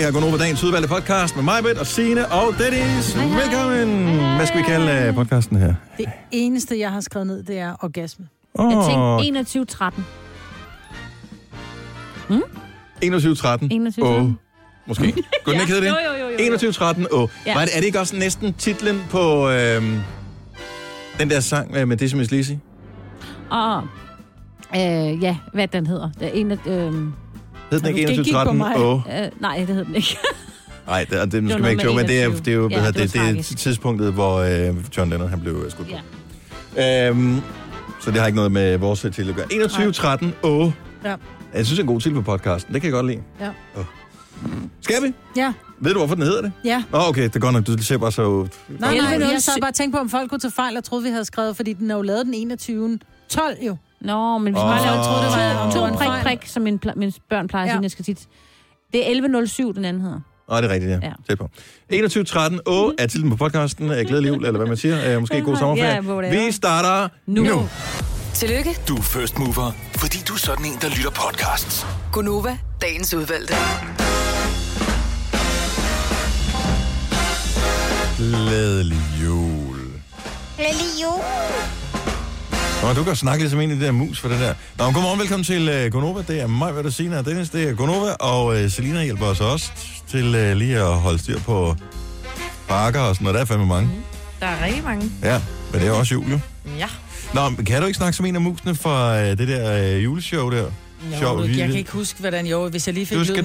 Det her går over dagens udvalgte podcast med mig, Britt og Signe og Dennis. Velkommen. Hvad skal vi kalde podcasten her? Det eneste, jeg har skrevet ned, det er orgasme. Jeg tænkte 21-13. 21-13. Måske. Kunne den ikke hedde det? Jo. 21-13. Ja. Er det ikke også næsten titlen på den der sang med Decimus Lizzy? Ja, hvad den hedder. Hed den ikke 21-13? Nej, det hed den ikke. Nej, det skal man ikke tro, men det er jo det er tidspunktet, hvor John Lennon han blev skudt på. Ja. Så det har ikke noget med vores til at gøre. 21-13. Ja. Jeg synes, det er en god titel på podcasten. Det kan jeg godt lide. Ja. Skal vi? Ja. Ved du, hvorfor den hedder det? Ja. Okay, det er godt nok. Du ser bare så... Nej, jeg sad bare og tænkte på, om folk kunne tage fejl og troede, vi havde skrevet, fordi den er jo lavet den 21-12 jo. Nå, men hvis man troede, det var to prik, som mine børn plejer at sige, jeg skal tit. Det er 11.07, den anden hedder. Det er rigtigt, ja. Tæt på. 21.13 er titlen på podcasten. Glædelig jul, eller hvad man siger. Måske god sommerferie. Vi starter nu. Tillykke. Du er first mover, fordi du er sådan en, der lytter podcasts. Gunova, dagens udvalgte. Glædelig jul. Glædelig jul. Du kan snakke lidt som en i det der mus for det der. Godmorgen, velkommen til Gunova. Det er mig, hvad der siger, og Dennis, det er Gunova, og Selina hjælper os også til lige at holde styr på bakker og sådan noget. Der er fandme mange. Der er rigtig mange. Ja, men det er også jul, jo. Ja. Kan du ikke snakke som en af musene fra det der juleshow der? Jeg kan ikke huske, hvordan jeg hvis jeg lige fik lyden i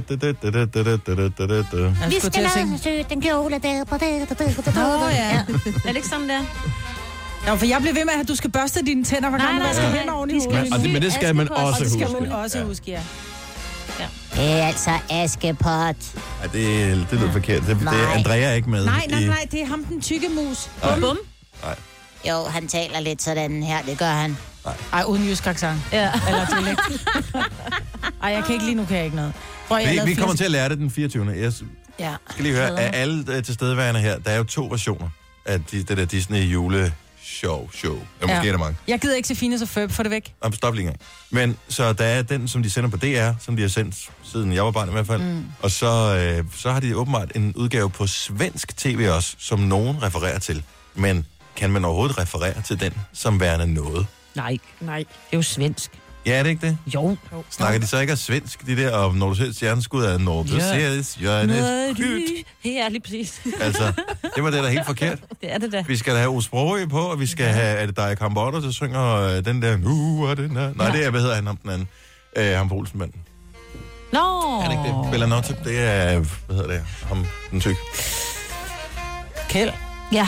Vi skal lade den kjole der på det. Er det ikke sådan der? Ja, for jeg bliver ved med, at du skal børste dine tænder, hver gang du vasker hænder oven i hovedet. Men det skal man også huske. Det skal man også huske, ja. Det er altså Askepot. Nej, det lyder forkert. Det er Andrea ikke med. Nej, det er ham, den tykke mus. Bum. Nej. Jo, han taler lidt sådan her, det gør han. Ej, uden jysk accent. Ja. Eller dialekt. Ej, jeg kan ikke lige nu, kan jeg ikke noget. Vi kommer til at lære det den 24. Jeg skal lige høre, af alle tilstedeværende her, der er jo 2 versioner af det der Disney juleshow. Måske er der mange. Jeg gider ikke se Phineas og Ferb, få det væk. Stop lige en gang. Men så der er den, som de sender på DR, som de har sendt siden jeg var barn i hvert fald. Og så har de åbenbart en udgave på svensk tv også, som nogen refererer til. Men kan man overhovedet referere til den som værende noget? Nej. Det er jo svensk. Ja, er det ikke det? Jo. Snakker de så ikke af svensk, de der, og når du ser stjerneskud af, når du ser stjerneskud? Ja, lige præcis. Altså, det var det, der er helt forkert. Det er det da. Vi skal have Ove Sprogøe på, og vi skal have, er det dig, Kambotter, der synger den der, nu er den der. Nej, det er, hvad hedder han om den anden? Ham på Olsenbanden. Nå. Er det ikke det? Bellanotte, det er, hvad hedder det? Ham, den tyk. Kjeld. Ja.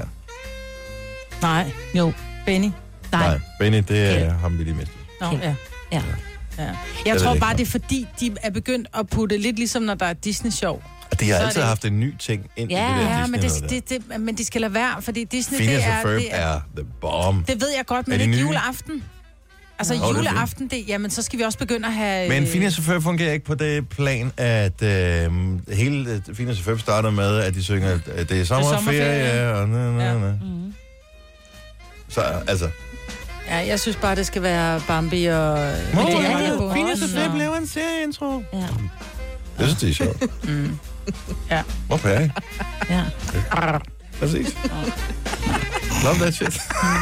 Nej. Jo. Benny. Nej, Benny, det er ham, vi lige mistede. Nå, ja. Jeg tror bare, det er fordi, de er begyndt at putte lidt ligesom, når der er Disney-show. Og de har altid haft en ny ting ind i det der Disney. Men de skal lade være, fordi Disney, Phineas og Ferb er the bomb. Det ved jeg godt, men ikke juleaften. Altså juleaften, jamen så skal vi også begynde at have... Men Phineas og Ferb fungerer ikke på det plan, at hele Phineas og Ferb starter med, at de synger, at det er sommerferie, og Så altså... Ja, jeg synes bare, det skal være Bambi og... Phineas og Ferb laver en serieintro. Ja. Det synes, det er sjovt. Ja. Hvorfor er I? Ja. Præcis. Love that shit.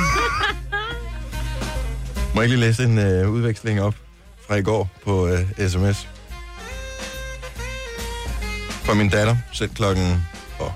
Må jeg ikke lige læse en udveksling op fra i går på sms? Fra min datter, selv klokken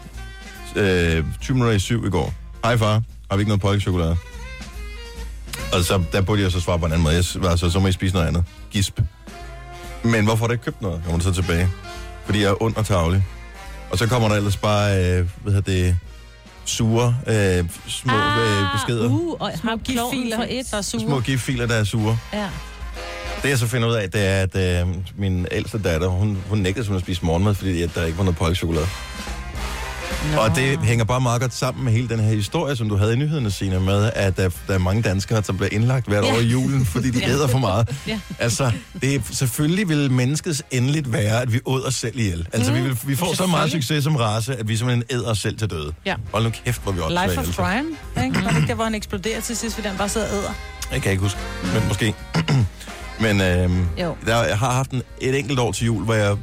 7 i går. Hej far, har vi ikke noget pålægtschokolade? Og så, der burde jeg så svare på en anden måde. Jeg var så må I spise noget andet. Gisp. Men hvorfor har du ikke købt noget? Kommer du så tilbage? Fordi jeg er ond og tarvelig. Og så kommer der ellers bare, sure, små beskeder. Og små giftfiler, små giftfiler, der er sure. Ja. Det jeg så finder ud af, det er, at min ældste datter, hun nægtede simpelthen at spise morgenmad, fordi der ikke var noget pålægtschokolade. Og det hænger bare meget godt sammen med hele den her historie, som du havde i nyhederne, Signe, med, at der er mange danskere, som bliver indlagt hvert år i julen, fordi de æder for meget. Altså, selvfølgelig vil menneskets endeligt være, at vi åd os selv ihjel. Altså, vi får så meget succes som race, at vi simpelthen æder os selv til døde. Ja. Hold nu kæft, hvor vi også Life of Brian, ikke? Var det ikke der, hvor han eksploderer til sidst, fordi han bare sidder og æder? Jeg kan ikke huske, men måske. Men jeg har haft et enkelt år til jul, hvor jeg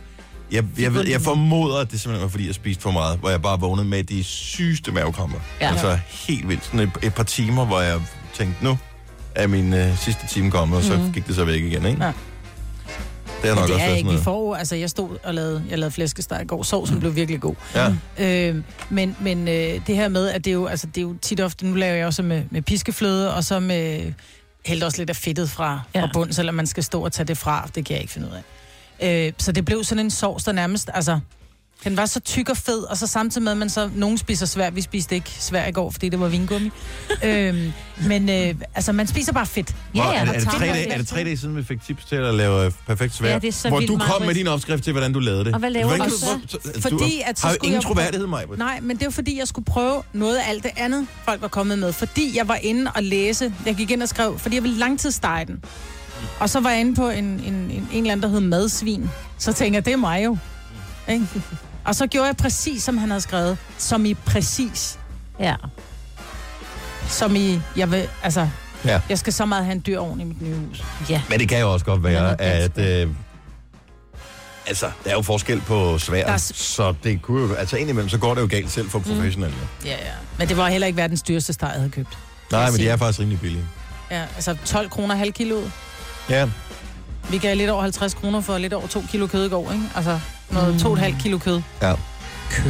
Jeg formoder, at det simpelthen var, fordi jeg spiste for meget, hvor jeg bare vågnede med de sygeste mavekramper. Ja. Altså helt vildt. Sådan et par timer, hvor jeg tænkte, nu er min sidste time kommet, og så gik det så væk igen, ikke? Ja. Det er nok det også ikke. Vi får, altså jeg stod og lavede flæskesteg i går. Sovsen blev virkelig god. Ja. Men det her med, at det er jo tit ofte, nu laver jeg også med piskefløde, og så med hældt også lidt af fedtet fra bund, selvom man skal stå og tage det fra. Det kan jeg ikke finde ud af. Så det blev sådan en sovs, der nærmest, altså, den var så tyk og fed, og så samtidig med, at man så, nogen spiser svær, vi spiste ikke svær i går, fordi det var vingummi. Men altså, man spiser bare fedt. Er det 3 dage siden, vi fik tips til at lave perfekt svær? Ja, hvor du kom med din opskrift til, hvordan du lavede det. Og hvad laver du så? Fordi at så har jo ingen troværdighed, Maja. Nej, men det var fordi, jeg skulle prøve noget af alt det andet, folk var kommet med. Fordi jeg var inde og læse, jeg gik ind og skrev, fordi jeg ville langtidsstege den. Og så var jeg inde på en eller anden, der hed madsvin. Så tænkte jeg, det er mig jo. Ikke? Og så gjorde jeg præcis, som han havde skrevet. Som i præcis. Ja. Som i, jeg vil, altså, jeg skal så meget have en dyreovn i mit nye hus. Ja. Men det kan jo også godt være, at altså, der er jo forskel på svær, så det kunne jo, altså indimellem, så går det jo galt selv for professionelle. Ja. Men det var heller ikke verdens dyreste steg, jeg havde købt. Nej, men de er faktisk rimelig billige. Ja, altså 12 kroner halv kiloet. Ja. Vi gav lidt over 50 kroner for lidt over 2 kilo kød i går, ikke? Altså noget 2,5 kilo kød. Ja. Kød.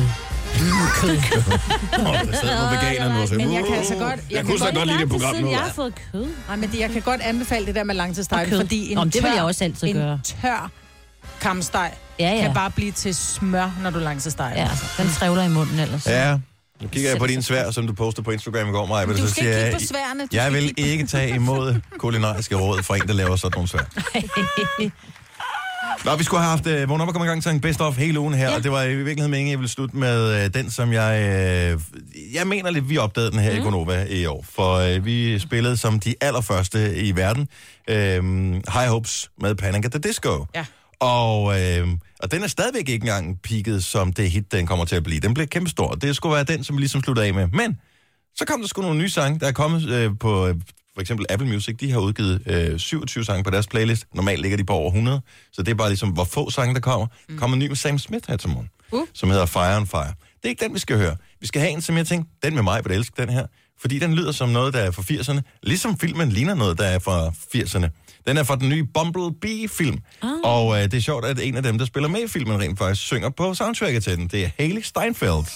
Der sidder nogle veganer nu og siger, men jeg kan altså godt... Jeg kunne så godt lide det program nu. Jeg har fået kød. Nej, men jeg kan godt anbefale det der med langtidssteg, fordi det vil jeg også altid gøre. En tør kamsteg kan bare blive til smør, når du langtidssteger. Ja, den trævler i munden ellers. Ja. Nu kigger jeg på din svær, som du postede på Instagram i går, Maja. Du skal ikke kigge på sværene. Jeg vil ikke tage imod kulinariske råd fra en, der laver sådan nogle svær. Nå, vi skulle have haft vågn op og komme i gang til en best of hele ugen her, og det var i virkeligheden meningen, jeg ville slutte med den, som jeg mener lidt, vi opdagede den her i Gonova i år. For vi spillede som de allerførste i verden High Hopes med Panic at the Disco. Ja. Og den er stadigvæk ikke engang peaked, som det hit, den kommer til at blive. Den blev kæmpestor. Det skulle være den, som vi ligesom sluttede af med. Men så kom der sgu nogle nye sange, der er kommet på for eksempel Apple Music. De har udgivet 27 sange på deres playlist. Normalt ligger de på over 100. Så det er bare ligesom, hvor få sange der kommer. Der kommer en ny med Sam Smith her til morgen, som hedder Fire on Fire. Det er ikke den, vi skal høre. Vi skal have en, som jeg tænkte, den med mig vil elske den her. Fordi den lyder som noget, der er fra 80'erne. Ligesom filmen ligner noget, der er fra 80'erne. Den er fra den nye Bumblebee-film. Og det er sjovt, at en af dem, der spiller med i filmen, rent faktisk synger på soundtracket til den. Det er Hailee Steinfeld.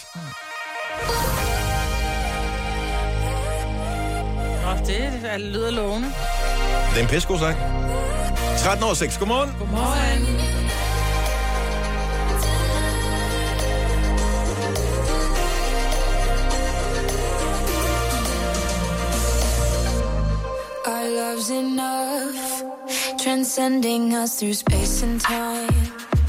Det lyder lovende. Det er en pissegod sang. 13:06. Godmorgen. Godmorgen. Our love's enough, transcending us through space and time.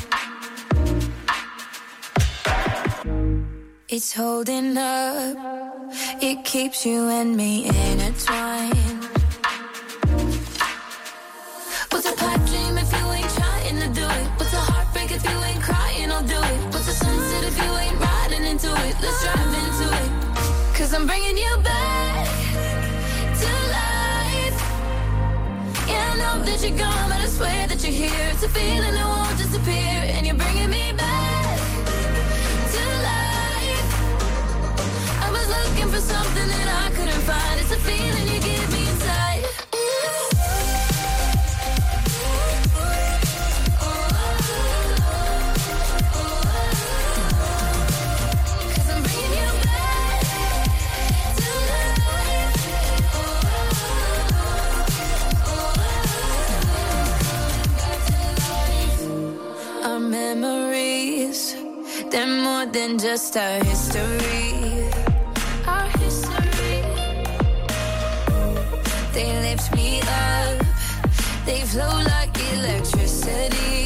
It's holding up, it keeps you and me intertwined. What's a pipe dream if you ain't trying to do it? What's a heartbreak if you ain't crying, I'll do it. What's a sunset if you ain't riding into it? Let's drive into it, 'cause I'm bringing you back to life. Yeah, I know that you're gone, but I swear that you're here. It's a feeling that won't disappear, and you're bringing me back to life. I was looking for something that I couldn't find. It's a feeling you give me inside. Memories, they're more than just our history. Our history. They lift me up, they flow like electricity.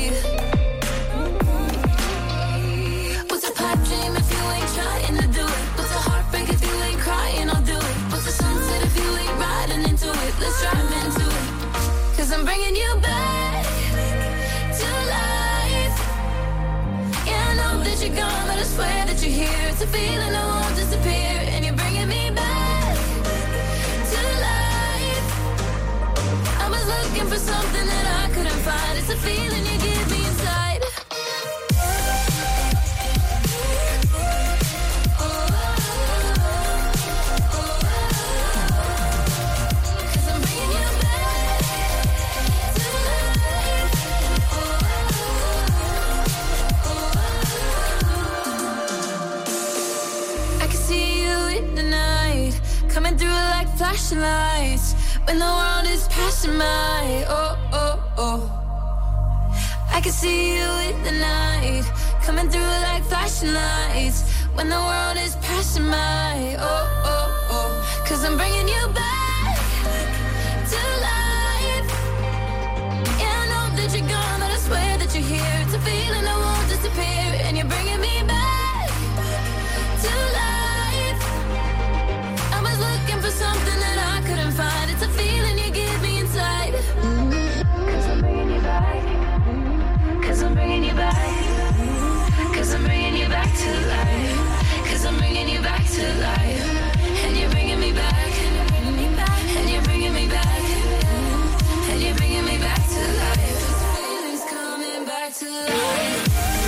What's a pipe dream if you ain't trying to do it? What's a heartbreak if you ain't crying, I'll do it. What's a sunset if you ain't riding into it? Let's drive into it, 'cause I'm bringing you back to life. Yeah, I know that you're gone, but I swear that you're here. It's a feeling that won't disappear, and you're bringing me back to life. I was looking for something that I couldn't find. It's a feeling you give me inside. flashing lights when the world is passing by. Oh, oh, oh. I can see you in the night, coming through like flashing lights when the world is passing by. Oh, oh, oh. 'Cause I'm bringing you back to life. Yeah, I know that you're gone, but I swear that you're here. It's a feeling that won't disappear, and you're bringing me back to life. I was looking for something that I couldn't find. It's a feeling you give me inside. 'Cause I'm bringing you back. 'Cause I'm bringing you back. 'Cause I'm bringing you back to life. 'Cause I'm bringing you back to life. And you're bringing me back. And you're bringing me back. And you're bringing me back. And you're bringing me back to life. This feeling's coming back to life.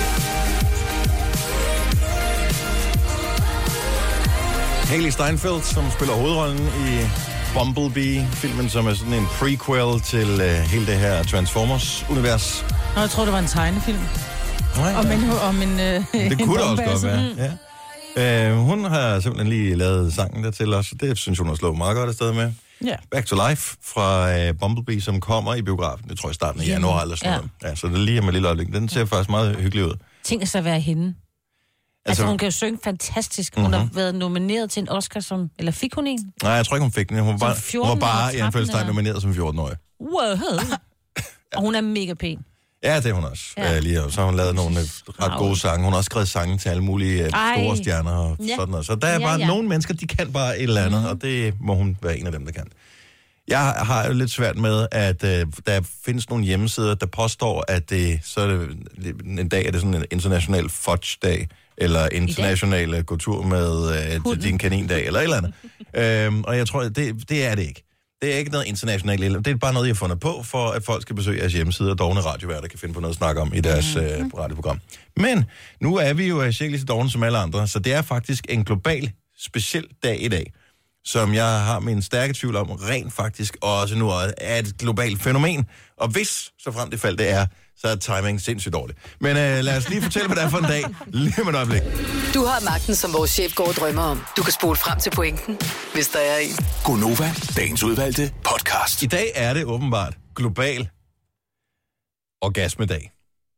Hailee Steinfeld, som spiller hovedrollen i Bumblebee-filmen, som er sådan en prequel til hele det her Transformers-univers. Nå, jeg tror, det var en tegnefilm. Nej, Om en det kunne da også godt være, ja. Hun har simpelthen lige lavet sangen der til os, det synes hun har slået meget godt afsted med. Ja. Back to Life fra Bumblebee, som kommer i biografen, det tror jeg starten af januar eller sådan noget. Ja, så det er lige om et lille øjeblik. Den ser faktisk meget hyggelig ud. Tænk sig at være hende. Altså, hun kan jo synge fantastisk. Hun har været nomineret til en Oscar som... Eller fik hun en? Nej, jeg tror ikke, hun fik den. Hun var bare i en fødselsdag nomineret som 14-årig. Wow. Og hun er mega pæn. Ja, det er hun også. Ja. Lige, og så har hun lavet nogle ret gode sange. Hun har også skrevet sange til alle mulige store stjerner og sådan noget. Så der er bare nogle mennesker, de kan bare et eller andet, og det må hun være en af dem, der kan. Jeg har jo lidt svært med, at der findes nogle hjemmesider, der påstår, at så er det en dag, er det sådan en international fudge-dag, eller international gå tur med din kanindag, eller et eller andet. Og jeg tror, det er det ikke. Det er ikke noget internationalt, det er bare noget, jeg har fundet på, for at folk skal besøge jeres hjemmeside, og dovne radioværter kan finde på noget at snakke om i deres radioprogram. Men nu er vi jo sjældent så dovne som alle andre, så det er faktisk en global, speciel dag i dag, som jeg har min stærke tvivl om, rent faktisk også nu er et globalt fænomen. Og hvis, så frem det fald det er, så er timing sindssygt dårligt. Men lad os lige fortælle, hvad det er for en dag. Lige med et øjeblik. Du har magten, som vores chef går og drømmer om. Du kan spole frem til pointen, hvis der er en. Gonova, dagens udvalgte podcast. I dag er det åbenbart global orgasmedag.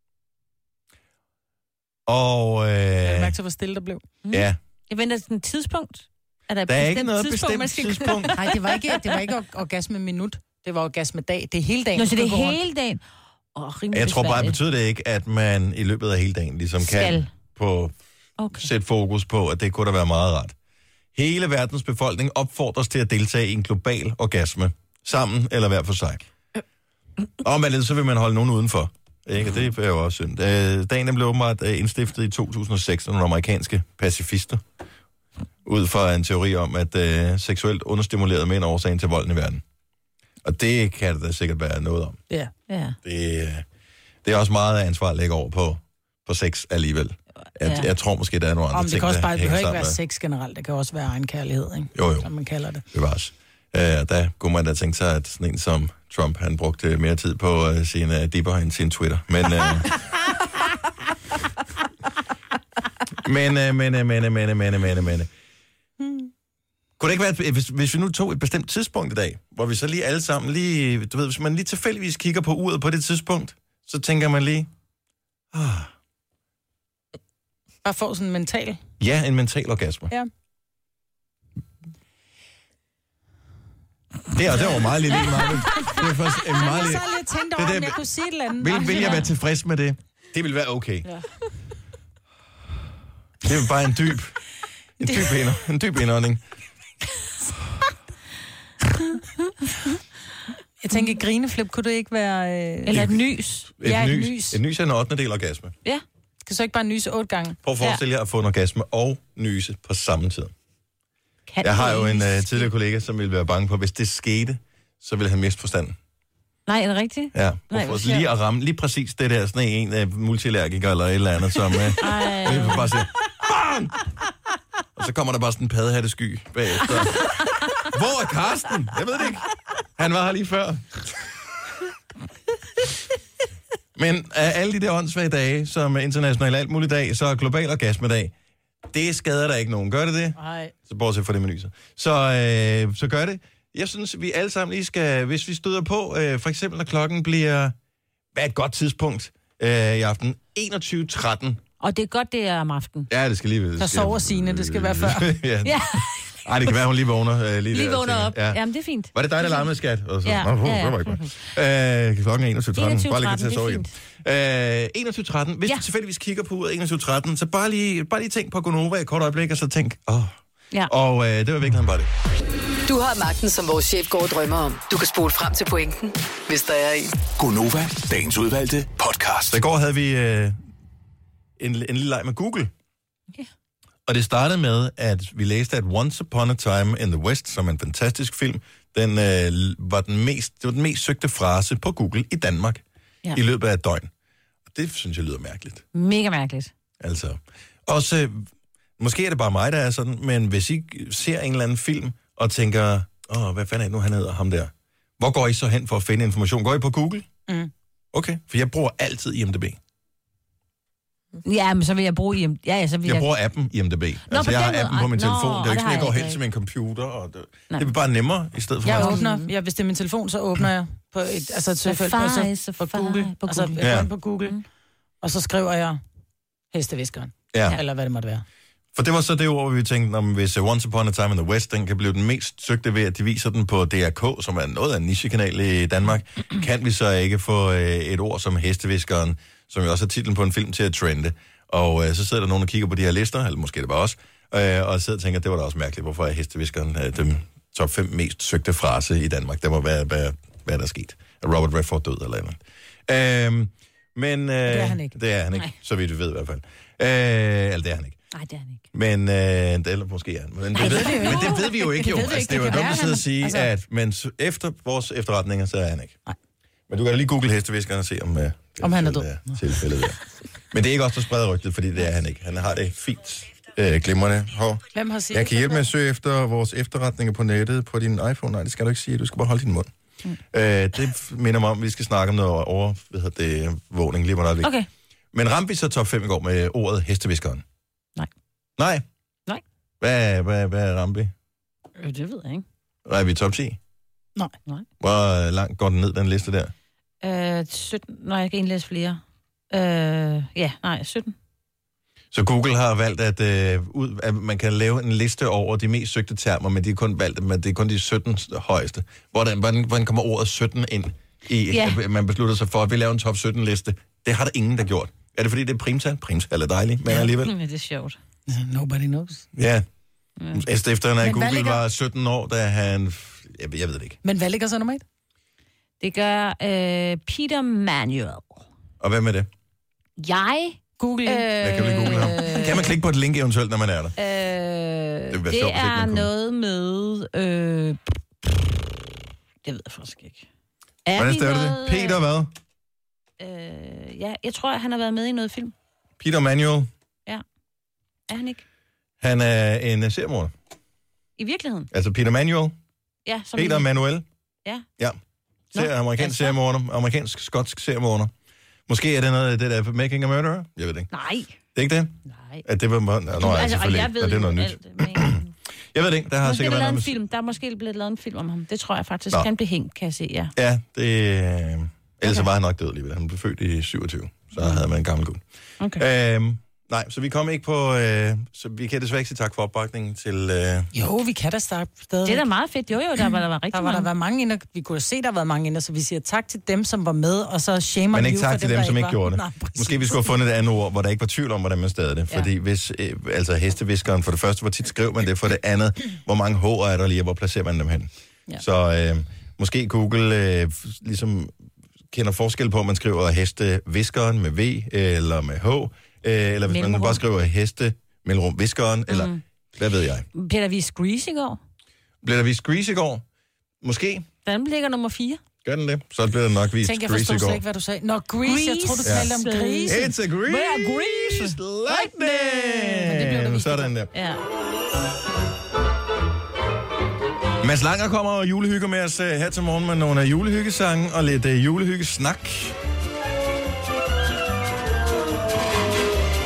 Og... Jeg mærker til, hvor stille der blev. Ja. Jeg venter til et tidspunkt. Der er ikke noget bestemt tidspunkt. Nej, det var ikke orgasme minut. Det var orgasme dag. Det er hele dagen. Nå, så det er hele dagen. Jeg tror bare, det betyder det ikke, at man i løbet af hele dagen ligesom kan sætte fokus på, at det kunne da være meget rart. Hele verdens befolkning opfordres til at deltage i en global orgasme. Sammen eller hver for sig. Og med det, så vil man holde nogen udenfor. Ikke? Det er jo også synd. Dagen blev åbenbart indstiftet i 2006 af nogle amerikanske pacifister. Ud fra en teori om, at seksuelt understimulerede mænd er årsagen til volden i verden. Og det kan det da sikkert være noget om. Ja. Det er også meget ansvar at lægge over på sex alligevel. Jeg tror måske, der er nogle andre ting, det kan også bare, det behøver ikke være med sex generelt. Det kan også være egenkærlighed, ikke? Jo. Som man kalder det. Det var også. Der kunne man da tænke sig, at sådan en som Trump, han brugte mere tid på sine dipper end sin Twitter. Men... Men. Kunne det ikke være, hvis vi nu tog et bestemt tidspunkt i dag, hvor vi så lige alle sammen du ved, hvis man lige tilfældigvis kigger på uret på det tidspunkt, så tænker man lige... Bare få sådan en mental... Ja, en mental orgasme. Ja. Det var meget lille. Det er først en meget lille... Jeg har lidt tænkt over, om jeg kunne sige et eller andet. Vil jeg være tilfreds med det? Det vil være okay. Ja. Det er bare en dyb indånding. Jeg tænker, grineflip, kunne det ikke være... Eller et nys. Et nys. Et nys er en 8. del orgasme. Ja. Skal så ikke bare nyse 8 gange? Prøv at forestille jer at få en orgasme og nyse på samme tid. Jeg har jo en tidligere kollega, som ville være bange på, at hvis det skete, så ville han miste forstanden. Nej, er det rigtigt? Ja, lige at ramme lige præcis det der, sådan en multiallergiker eller et eller andet, som bare siger, BAM! Og så kommer der bare sådan en paddehattesky bagefter. Hvor er Karsten? Jeg ved det ikke. Han var her lige før. Men af alle de der åndssvage dage, som er international alt muligt dag, så er global orgasmedag. Det skader der ikke nogen. Gør det det? Nej. Så bortset fra det med lyset. Så gør det. Jeg synes, vi alle sammen lige skal, hvis vi støder på, for eksempel når klokken bliver, hvad er et godt tidspunkt i aften? 21:13. Og det er godt, det er om aftenen. Ja, det skal lige være. Der sover Signe, det skal være før. Ja. Ej, det kan være, hun lige vågner. Lige vågner op. Ja. Jamen, det er fint. Var det dig, der larmede, skat? Og så, Ja. det var ikke godt. Klokken er 21:13. Bare lige til at sove igen. 21:13. Hvis du tilfældigvis kigger på uret 21:13, så bare lige tænk på Gonova i et kort øjeblik, og så tænk, Ja. Og det var virkelig bare det. Du har magten, som vores chef går og drømmer om. Du kan spole frem til pointen, hvis der er en. Gonova, dagens udvalgte podcast. Så i går havde vi en lille leg med Google. Okay. Og det startede med, at vi læste, at Once Upon a Time in the West, som er en fantastisk film, den var den mest søgte frase på Google i Danmark i løbet af et døgn. Og det synes jeg lyder mærkeligt. Mega mærkeligt. Altså, også, måske er det bare mig, der er sådan, men hvis I ser en eller anden film og tænker, hvad fanden er det nu, han hedder, ham der? Hvor går I så hen for at finde information? Går I på Google? Mm. Okay, for jeg bruger altid IMDb. Ja, men så vil jeg bruge IMDb. Ja, så vil jeg bruger appen IMDb. Altså, jeg har appen på min telefon. Det er jo ikke sådan, jeg går hen til min computer. Og det er bare nemmere, i stedet for... Hvis det er min telefon, så åbner jeg på et søgefelt på Google. Altså, jeg går ind på Google, og så skriver jeg hesteviskeren. Ja. Eller hvad det måtte være. For det var så det ord, hvor vi tænkte, om hvis Once Upon a Time in the West, den kan blive den mest søgte ved, at de viser den på DRK, som er noget af en nichekanal i Danmark, kan vi så ikke få et ord som hesteviskeren, som jo også er titlen på en film, til at trende. Og så sidder der nogen og kigger på de her lister, eller måske det var også, og sidder og tænker, det var da også mærkeligt, hvorfor er hesteviskeren den top 5 mest søgte frase i Danmark. Der må være, hvad der er sket. Robert Redford død eller andet. Men det er han ikke. Det er han ikke, nej. Så vidt vi ved i hvert fald. Eller det er han ikke. Nej, det er han ikke. Men, eller måske er han. Men det ved vi jo ikke, jo. Altså, det er jo dumt at sidde og sige, at men efter vores efterretninger, så er han ikke. Nej. Men du kan da lige google hesteviskeren og se, om han er død. Tilfældet der. Men det er ikke også, der spreder rygtet, fordi det er han ikke. Han har det fint glimrende. Hvem har set jeg kan hjælpe med at søge efter vores efterretninger på nettet på din iPhone. Nej, det skal du ikke sige. Du skal bare holde din mund. Det minder mig om, at vi skal snakke om noget overvågning lige meget. Okay. Men ramte vi så top 5 i går med ordet hesteviskeren? Nej. Hvad ramte vi? Det ved jeg ikke. Er vi top 10? Nej. Hvor langt går den ned, den liste der? 17. Nej, jeg kan indlæse flere. 17. Så Google har valgt, at man kan lave en liste over de mest søgte termer, men de er kun valgt, men det er kun de 17 højeste. Hvordan kommer ordet 17 ind i, at man beslutter sig for, at vi laver en top 17-liste? Det har der ingen, der gjort. Er det fordi, det er primtal? Primtal er dejligt, men alligevel. Det er sjovt. Nobody knows. Ja. Efter at Google var 17 år, da han... Jeg ved det ikke. Men hvad ligger så nummer 1? Det gør Peter Manuel. Og hvad med det? Google. Hvad kan vi google ham? Kan man klikke på et link eventuelt, når man er der? Det er noget med... det ved jeg faktisk ikke. Hvordan staver du det? Peter hvad? Jeg tror, han har været med i noget film. Peter Manuel? Ja. Er han ikke? Han er en seriemorder. I virkeligheden? Altså Peter Manuel? Ja. Peter Manuel? Ja. Amerikansk, skotsk seriemorder. Måske er det noget af det der Making a Murderer? Jeg ved det ikke. Nej. Det er ikke det? Nej. At det var... og jeg ved det er noget nyt. Jeg ved det ikke. Der har sikkert været film. Der er måske blevet lavet en film om ham. Det tror jeg faktisk kan blive hængt, kan jeg se, ja. Ja, det... Ellers var han nok død alligevel. Han blev født i 27, så havde man en gammel gud. Okay. Nej, så vi kom ikke på... så vi kan desværre ikke sige tak for opbakningen til... Jo, vi kan da starte stadig. Det er da meget fedt. Jo, der var rigtig mange. Der var mange inder. Vi kunne se, der har været mange inder, så vi siger tak til dem, som var med, og så shamer men vi ikke tak til dem, som ikke gjorde det. Nej, måske vi skulle have fundet et andet ord, hvor der ikke var tvivl om, hvordan man stavede det. Fordi hvis... hesteviskeren, for det første, hvor tit skrev man det, for det andet, hvor mange H'er er der lige, og hvor placerer man dem hen. Ja. Så måske Google ligesom kender forskel på, om man skriver hesteviskeren med V eller med H, eller hvis man bare skriver heste, mellemrum, viskeren, eller hvad ved jeg. Bliver der vist Grease i går? Bliver der vist Grease i går? Måske. Den ligger nummer 4. Gør den det? Så bliver der nok vist Grease i går. Jeg forstår ikke, hvad du sagde. Nå, Grease. Jeg tror du talte om Grease. It's a Grease lightning! Sådan der. Ja. Mads Langer kommer og julehygger med os her til morgen med nogle julehyggesange og lidt julehyggesnak.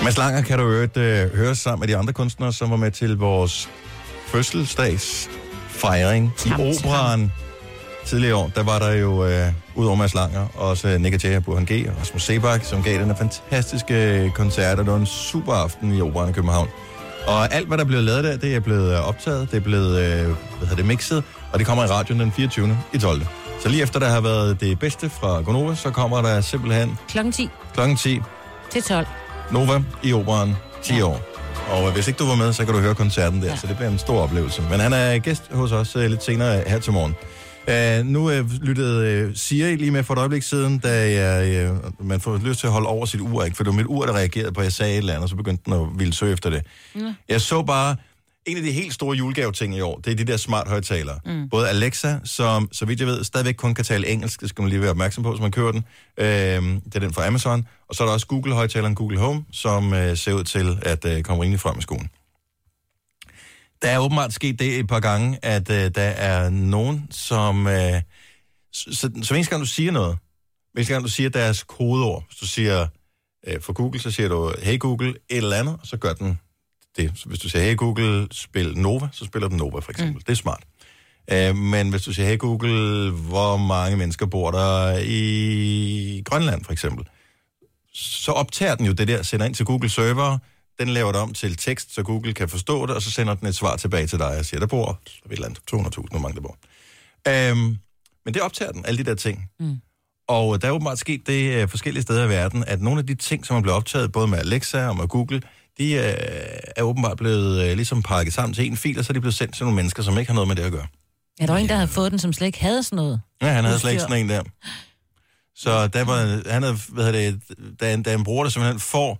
Mads Langer kan du høre sammen med de andre kunstnere, som var med til vores fødselsdagsfejring i Operaen tidligere år. Der var der jo, udover Mads Langer, også Nick Jay, Burhan G og Rasmus Sebak, som gav den her fantastiske koncert, og det var en super aften i Operaen i København. Og alt, hvad der er blevet lavet der, det er blevet optaget, det er blevet mixet, og det kommer i radioen den 24. i 12. Så lige efter der har været det bedste fra Gonova, så kommer der simpelthen... Klokken 10. Klokken 10. Til 12. Nova i Operaen, 10 år. Og hvis ikke du var med, så kan du høre koncerten der, så det bliver en stor oplevelse. Men han er gæst hos os lidt senere her til morgen. Nu lyttede Siri lige med for et øjeblik siden, da man får lyst til at holde over sit ur, ikke? For det var mit ur, der reagerede på, at jeg sagde et eller andet, og så begyndte den at ville søge efter det. Jeg så bare, en af de helt store julegave-ting i år, det er de der smart højttalere. Både Alexa, som så vidt jeg ved, stadigvæk kun kan tale engelsk, det skal man lige være opmærksom på, så man kører den. Det er den fra Amazon. Og så er der også Google-højttaleren Google Home, som ser ud til at komme rimelig frem i skolen. Der er åbenbart sket det et par gange, at der er nogen, som... Så eneste gang du siger noget, eneste gang du siger deres kodeord, hvis du siger for Google, så siger du, hey Google, et eller andet, og så gør den det. Så hvis du siger, hey Google, spil Nova, så spiller den Nova for eksempel. Det er smart. Men hvis du siger, hey Google, hvor mange mennesker bor der i Grønland for eksempel, så optager den jo det der, sender ind til Google server. Den laver det om til tekst, så Google kan forstå det, og så sender den et svar tilbage til dig og siger, der bor et eller andet 200.000, hvor mange der bor. Men det optager den, alle de der ting. Og der er åbenbart sket det forskellige steder i verden, at nogle af de ting, som er blevet optaget, både med Alexa og med Google, de er åbenbart blevet ligesom pakket sammen til en fil, og så er de blevet sendt til nogle mennesker, som ikke har noget med det at gøre. Er der en, der havde fået den, som slet ikke havde sådan noget? Ja, han havde slet ikke sådan en der. Så der var, han havde, da en bruger, der simpelthen får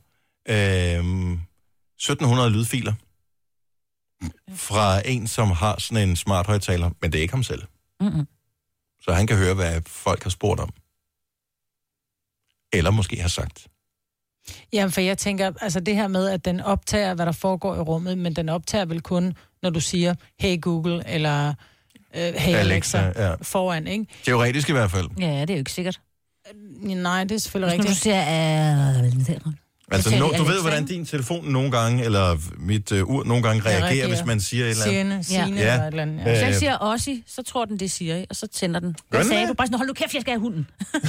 1700 lydfiler fra en, som har sådan en smart højttaler, men det er ikke ham selv. Så han kan høre, hvad folk har spurgt om. Eller måske har sagt. Jamen, for jeg tænker, altså det her med, at den optager, hvad der foregår i rummet, men den optager vel kun, når du siger, hey Google, eller hey Alexa foran, ikke? Teoretisk i hvert fald. Ja, det er jo ikke sikkert. Nej, det er selvfølgelig rigtigt. Når du siger, altså, du ved, hvordan din telefon nogle gange, eller mit ur nogle gange reagerer, hvis man siger et eller andet. Signe eller et eller andet. Hvis jeg siger Ossi, så tror den, det er Siri, og så tænder den. Hvad sagde du? Bare sådan, hold nu kæft, jeg skal have hunden.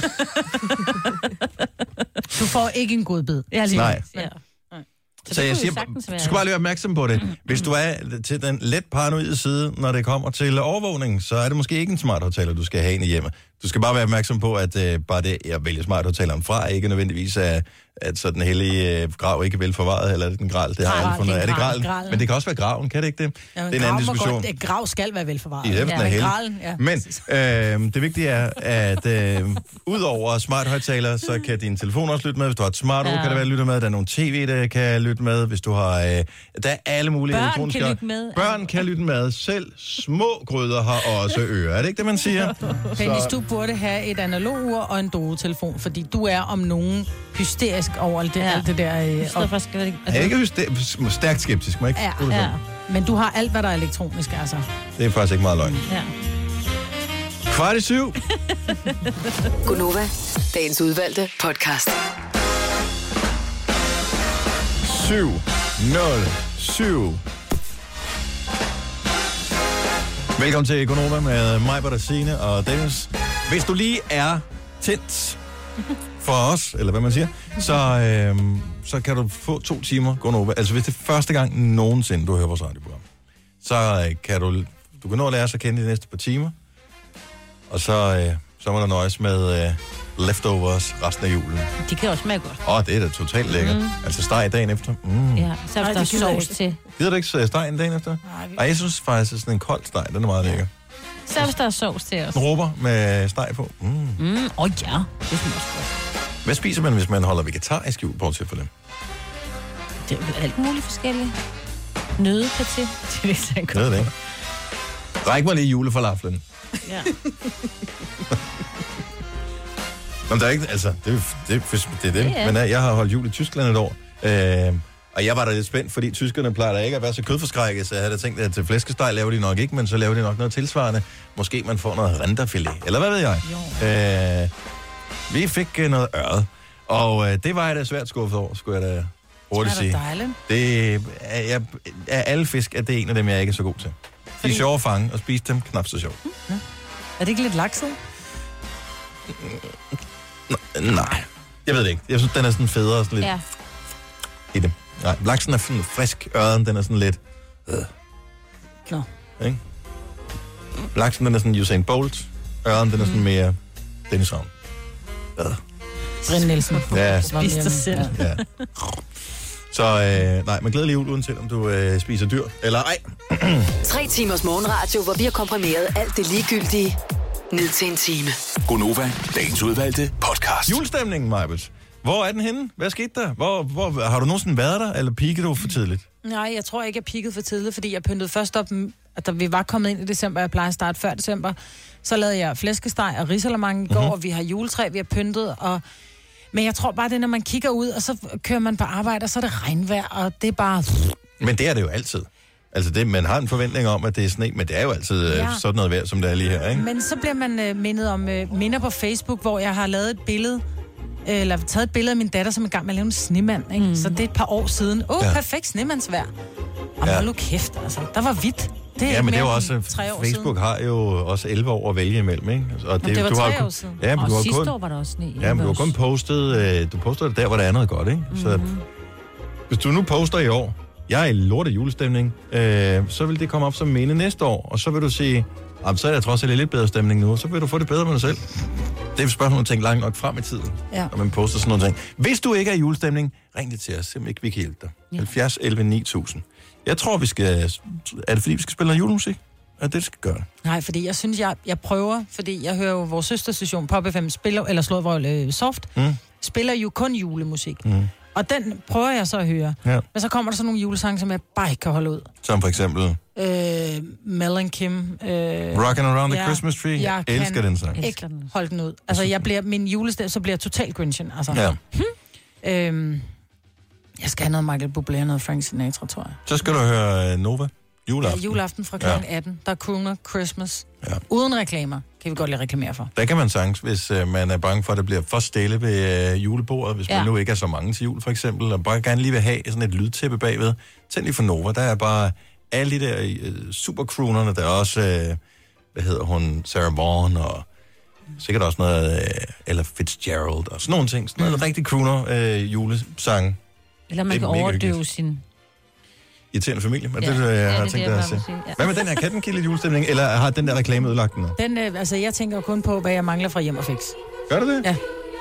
Du får ikke en god bid. Nej. Ja. Så jeg siger, du skal bare lige være opmærksom på det. Hvis du er til den let paranoide side, når det kommer til overvågning, så er det måske ikke en smart højttaler, du skal have ind i hjemmet. Du skal bare være opmærksom på, at bare det, jeg vælger smart højttaleren fra, ikke nødvendigvis er, at så den hellige grav ikke er velforvaret, eller er det den gral? Det har jeg aldrig fundet. Er det gralen? Men det kan også være graven, kan det ikke det? Ja, det er en anden diskussion. Grav skal være velforvaret. Ja, men det vigtige er, at ud over smart højttaler, så kan din telefon også lytte med. Hvis du har et smart ur, kan det være lytte med. Der er nogle tv, der kan lytte med. Hvis du har... der er alle mulige elektroniske... Børn kan lytte med. Børn kan lytte med. Selv små gryder har også ører. Er det ikke det, man siger? Dennis, du burde have et analog ur og en Doro-telefon, fordi du er om nogen hysterisk over alt det der. Jeg er ikke stærkt skeptisk, må ikke? Ja. Men du har alt, hvad der er elektronisk, altså. Det er faktisk ikke meget løgn. Ja. 6:15. Gonova, dagens udvalgte podcast. 7:07. Velkommen til Gonova med mig, Bertine og Dennis. Hvis du lige er tændt for os, eller hvad man siger, så kan du få 2 timer Gonova. Altså hvis det er første gang nogensinde, du hører vores radioprogram, så kan du kan nå at lære sig at kende de næste par timer, og så må der nøjes med leftovers resten af julen. De kan også smage godt. Det er da totalt lækkert. Altså steg dagen efter. Ja, så er der sovs til. Gider du ikke steg en dagen efter? Nej, jeg synes faktisk, at sådan en kold steg, den er meget lækker. Så er der sovs til os. Råber med steg på. Ja, det smager også godt. Hvad spiser man, hvis man holder vegetarisk jul, bortset for det? Det er alt muligt forskelligt. Nøddepaté. Det vidste jeg godt. Det er det ikke. Ræk mig lige julefalaflen. Ja. Men der er ikke, altså, det er det. Ja. Men jeg har holdt jul i Tyskland et år. Og jeg var da lidt spændt, fordi tyskerne plejer da ikke at være så kødforskrækket, så jeg havde tænkt, at til flæskesteg laver de nok ikke, men så laver de nok noget tilsvarende. Måske man får noget rinderfilet, eller hvad ved jeg? Vi fik noget ørred, og det var jeg da svært skuffet over, skulle jeg da hurtigt sige. Dejligt. Det er alle fisk, at det er en af dem, jeg ikke er så god til. De er sjove at fange, og spise dem knap så sjovt. Ja. Er det ikke lidt lakset? Nej, jeg ved det ikke. Jeg synes, den er sådan federe og sådan lidt i det. Nej, laksen er sådan frisk, ørden, den er sådan lidt... Nå. Ikke? Laksen, den er sådan Usain Bolt. Ørden, den er sådan mere Dennis Ravn. Brind Nielsen. Ja. Spis dig selv. Ja. Så nej, men glædelig jul, uanset om du spiser dyr eller ej. 3 timers morgenradio, hvor vi har komprimeret alt det ligegyldige ned til en time. Gonova, dagens udvalgte podcast. Julestemningen, Majbet. Hvor er den henne? Hvad skete der? Hvor har du nogensinde været der, eller peakede du for tidligt? Nej, jeg tror ikke, jeg peakede for tidligt, fordi jeg pyntede først op, at da vi var kommet ind i december, jeg plejer at starte før december, så lavede jeg flæskesteg og risalamande i går, og vi har juletræ, vi har pyntet, men jeg tror bare, det er, når man kigger ud, og så kører man på arbejde, og så er det regnvejr, og det er bare... Men det er det jo altid. Altså, man har en forventning om, at det er sne, men det er jo altid sådan noget vejr, som det er lige her, ikke? Men så bliver man mindet om minder på Facebook, hvor jeg har lavet et billede, eller taget et billede af min datter, som er i gang med at lave en snemand, ikke? Så det er et par år siden. Perfekt snemandsvejr. Og hold nu kæft, altså. Der var hvidt. Det men det er jo også... Facebook har jo også 11 år at vælge imellem, ikke? Og det var 3 år siden. Ja, men og sidste år var der også sne. Ja, men du har kun postet... Du poster det der, hvor der er noget godt, ikke? Så hvis du nu poster i år, jeg er i lorte julestemning, så vil det komme op som minde næste år, og så vil du sige, så er der trods alt lidt bedre stemning nu, så vil du få det bedre med dig selv. Det er et spørgsmål, at tænke langt nok frem i tiden, når man poster sådan noget ting. Hvis du ikke er i julestemning, ring det til os, simpelthen ikke vi kan hjælpe dig. 70 11 9000. Jeg tror, vi skal... Er det fordi, vi skal spille noget julemusik? Er det skal gøre? Nej, fordi jeg synes, jeg prøver, fordi jeg hører jo vores søsterstation Pop FM spiller, eller Slådvrøl Soft, spiller jo kun julemusik. Og den prøver jeg så at høre. Ja. Men så kommer der så nogle julesange, som jeg bare ikke kan holde ud. Som for eksempel? Mel and Kim. Rockin' Around the Christmas Tree. Jeg elsker den sang. Ikke holde den ud. Altså, jeg bliver, min julestem, så bliver jeg totalt Grinchen. Altså. Ja. Jeg skal have noget Michael Bublé og noget Frank Sinatra, tror jeg. Så skal du høre Nova. Juleaften. Ja, juleaften fra kl. 18. Der er Crooner Christmas. Ja. Uden reklamer. Kan vi godt lide reklamere for. Der kan man sange, hvis man er bange for, at det bliver for stille ved julebordet. Hvis man nu ikke er så mange til jul, for eksempel. Og bare gerne lige vil have sådan et lydtæppe bagved. Tænd lige for Nova. Der er bare alle de der supercroonerne. Der er også, hvad hedder hun, Sarah Vaughan og sikkert også noget Ella Fitzgerald og sådan nogle ting. Sådan noget rigtig crooner julesange. Eller man kan overdøve sin... irriterende familie, men det jeg har tænkt dig at se. Hvad med den her? Kan den give lidt julestemning, eller har den der reklame ødelagt den? Den, altså jeg tænker kun på, hvad jeg mangler fra Hjem og Fix. Gør du det? Ja.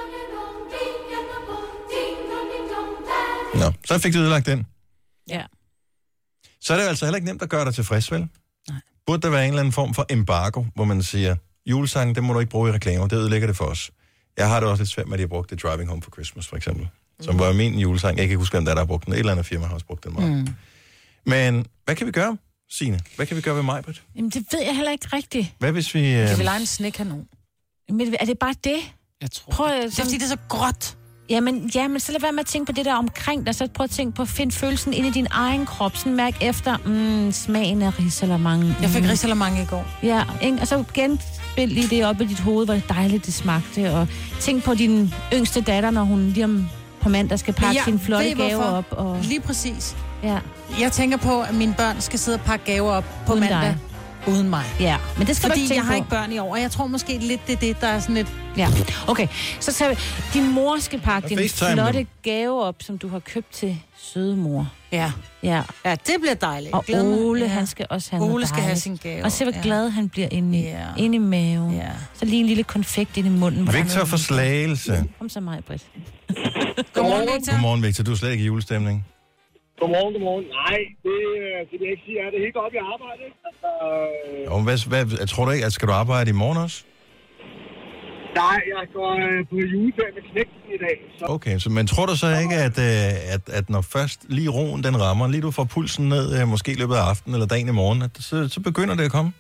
Nå, så fik du ødelagt den. Ja. Så er det jo altså heller ikke nemt at gøre dig tilfreds, vel? Nej. Burde der være en eller anden form for embargo, hvor man siger, julesangen, det må du ikke bruge i reklamer, det ødelægger det for os. Jeg har det også lidt svært med, at de har brugt det Driving Home for Christmas, for eksempel. Som var min julesang. Jeg kan ikke huske, hvem der har brugt den. Et eller andet firma har også brugt den meget. Men hvad kan vi gøre, Signe? Hvad kan vi gøre ved Majbert? Jamen, det ved jeg heller ikke rigtigt. Hvad hvis vi... Jeg vil lege en snekanon. Men er det bare det? Jeg tror prøv, det. Det er fordi, det er så gråt. Jamen, så lad være med at tænke på det der omkring dig. Så prøv at tænke på at finde følelsen inde i din egen krop. Sådan mærk efter smagen af risalamande. Jeg fik risalamande i går. Ja, ikke? Og så genspil lige det op i dit hoved, hvor dejligt det smagte. Og tænk på din yngste datter, når hun lige om på mandag skal pakke sine flotte gaver op. Og... Lige præcis. Ja. Jeg tænker på, at mine børn skal sidde og pakke gaver op på uden mandag. Dig. Uden mig. Ja, men det skal fordi du ikke jeg har på. Ikke børn i år, og jeg tror måske lidt, det er det, der er sådan lidt... Ja, okay. Så din mor skal pakke din flotte gave op, som du har købt til søde mor. Ja. Ja, det bliver dejligt. Og Ole, han skal også have Ole skal have sin gave. Og se, hvor glad han bliver inde i maven. Ja. Så lige en lille konfekt inde i munden. Victor for Slagelse. Kom så mig, Britt. Godmorgen, Victor. Godmorgen, Victor. Du er slet ikke i julestemning. Godmorgen. Nej, det vil jeg ikke sige. Det er helt godt, jeg arbejder. Hvad tror du ikke, at skal du arbejde i morgen også? Nej, jeg går på juleferie med knægten i dag. Så. Okay, men tror du så ikke, at når først lige roen den rammer, lige du får pulsen ned, måske i løbet af aftenen eller dagen i morgen, at så begynder det at komme?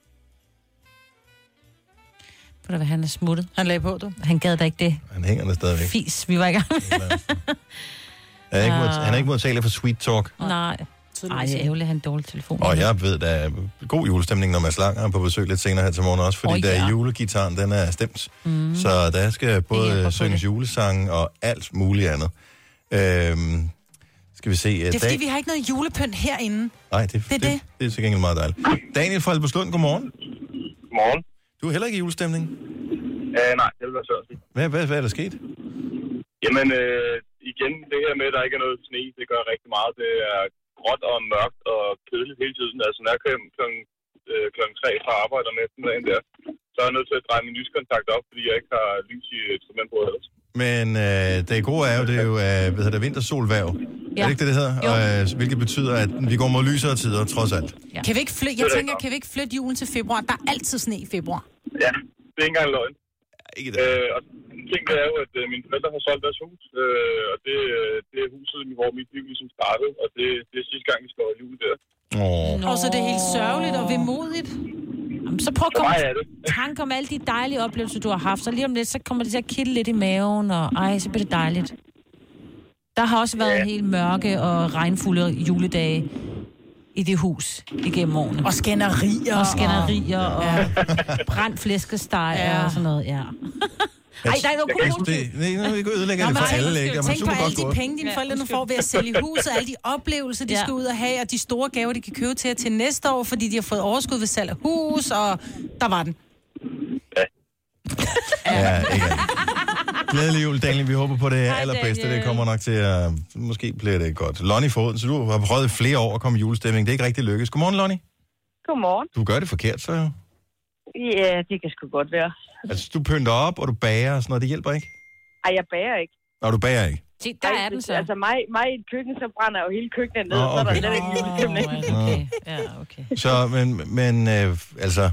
Ved du hvad, han er smuttet. Han lagde på, du. Han gad da ikke det. Han hænger der stadigvæk. Fis, vi var i gang. Han er ikke modtagelig for sweet talk. Nej. Ej, det er ærgerligt, at han en dårlig telefon. Og jeg ved, der er god julestemning, når Mads Lang er på besøg lidt senere her til morgen også, fordi der julegitaren, den er stemt. Så der skal både synges julesange og alt muligt andet. Skal vi se. Det er fordi, vi har ikke noget julepynt herinde. Nej, det er til gengæld meget dejligt. Daniel fra Albertslund, godmorgen. Godmorgen. Du er heller ikke i julestemning? Nej, det vil være sørgt. Hvad er der sket? Jamen, igen, det her med, at der ikke er noget sne, det gør rigtig meget. Det er gråt og mørkt og kedeligt hele tiden. Altså, når jeg kører klokken 3 fra arbejde om eftermiddagen der, så er jeg nødt til at dreje min lyskontakt op, fordi jeg ikke har lys i instrumentbordet ellers. Men det gode er jo, det er jo vintersolværv. Ja. Er det ikke det hedder? Hvilket betyder, at vi går mod lysere tider, trods alt. Ja. Kan vi ikke flytte julen til februar? Der er altid sne i februar. Ja, det er ikke engang løgn. Ikke det. Og ting er jo, at mine forældre har solgt deres hus, og det er huset, hvor mit liv ligesom startede, og det er sidste gang, vi skal over jul der. Og så det er helt sørgeligt og vemodigt. Jamen, så prøv at komme tanke om alle de dejlige oplevelser, du har haft. Så lige om lidt, så kommer det til at kitte lidt i maven, og så bliver det dejligt. Der har også været helt mørke og regnfulde juledage i det hus igennem årene. Og skænderier. Og brændt flæskesteg og sådan noget, ja. Ej, der er noget vi kan ødelægge det for alle, ikke? Tænk på alle de penge, dine forældre nu får ved at sælge huset, alle de oplevelser, de skal ud og have, og de store gaver, de kan købe til næste år, fordi de har fået overskud ved salg af hus, og der var den. Ja, ikke. Glædelig jul, Daniel. Vi håber på det allerbedste. Det kommer nok til at... Måske bliver det godt. Lonnie fra Odense, du har prøvet flere år at komme i julestemning. Det er ikke rigtig lykkes. Godmorgen, Lonnie. Godmorgen. Du gør det forkert, så jo. Ja, det kan sgu godt være. Altså, du pynter op, og du bager og sådan noget. Det hjælper ikke? Ej, jeg bager ikke. Nå, du bager ikke? Se, der er den så. Altså, mig i et køkken, så brænder jo hele køkkenet ned, så er der slet ikke julestemning. Okay. Så, men altså...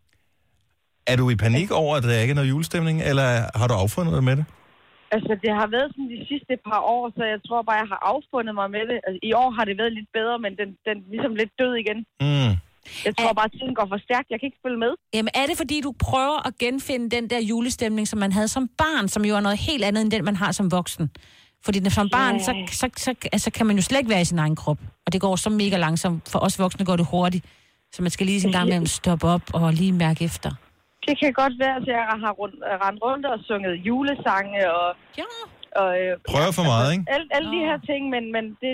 Er du i panik over, at der ikke er noget julestemning, eller har du affundet dig med det? Altså, det har været sådan de sidste par år, så jeg tror bare, jeg har affundet mig med det. Altså, i år har det været lidt bedre, men den ligesom lidt død igen. Jeg tror bare, at tiden går for stærkt. Jeg kan ikke følge med. Jamen, er det fordi, du prøver at genfinde den der julestemning, som man havde som barn, som jo er noget helt andet, end den, man har som voksen? Fordi som barn, så kan man jo slet ikke være i sin egen krop. Og det går så mega langsomt. For os voksne går det hurtigt. Så man skal lige sin gang med at stoppe op og lige mærke efter. Det kan godt være, at jeg har rendt rundt og sunget julesange og prøver for meget, ikke? Alle de her ting, men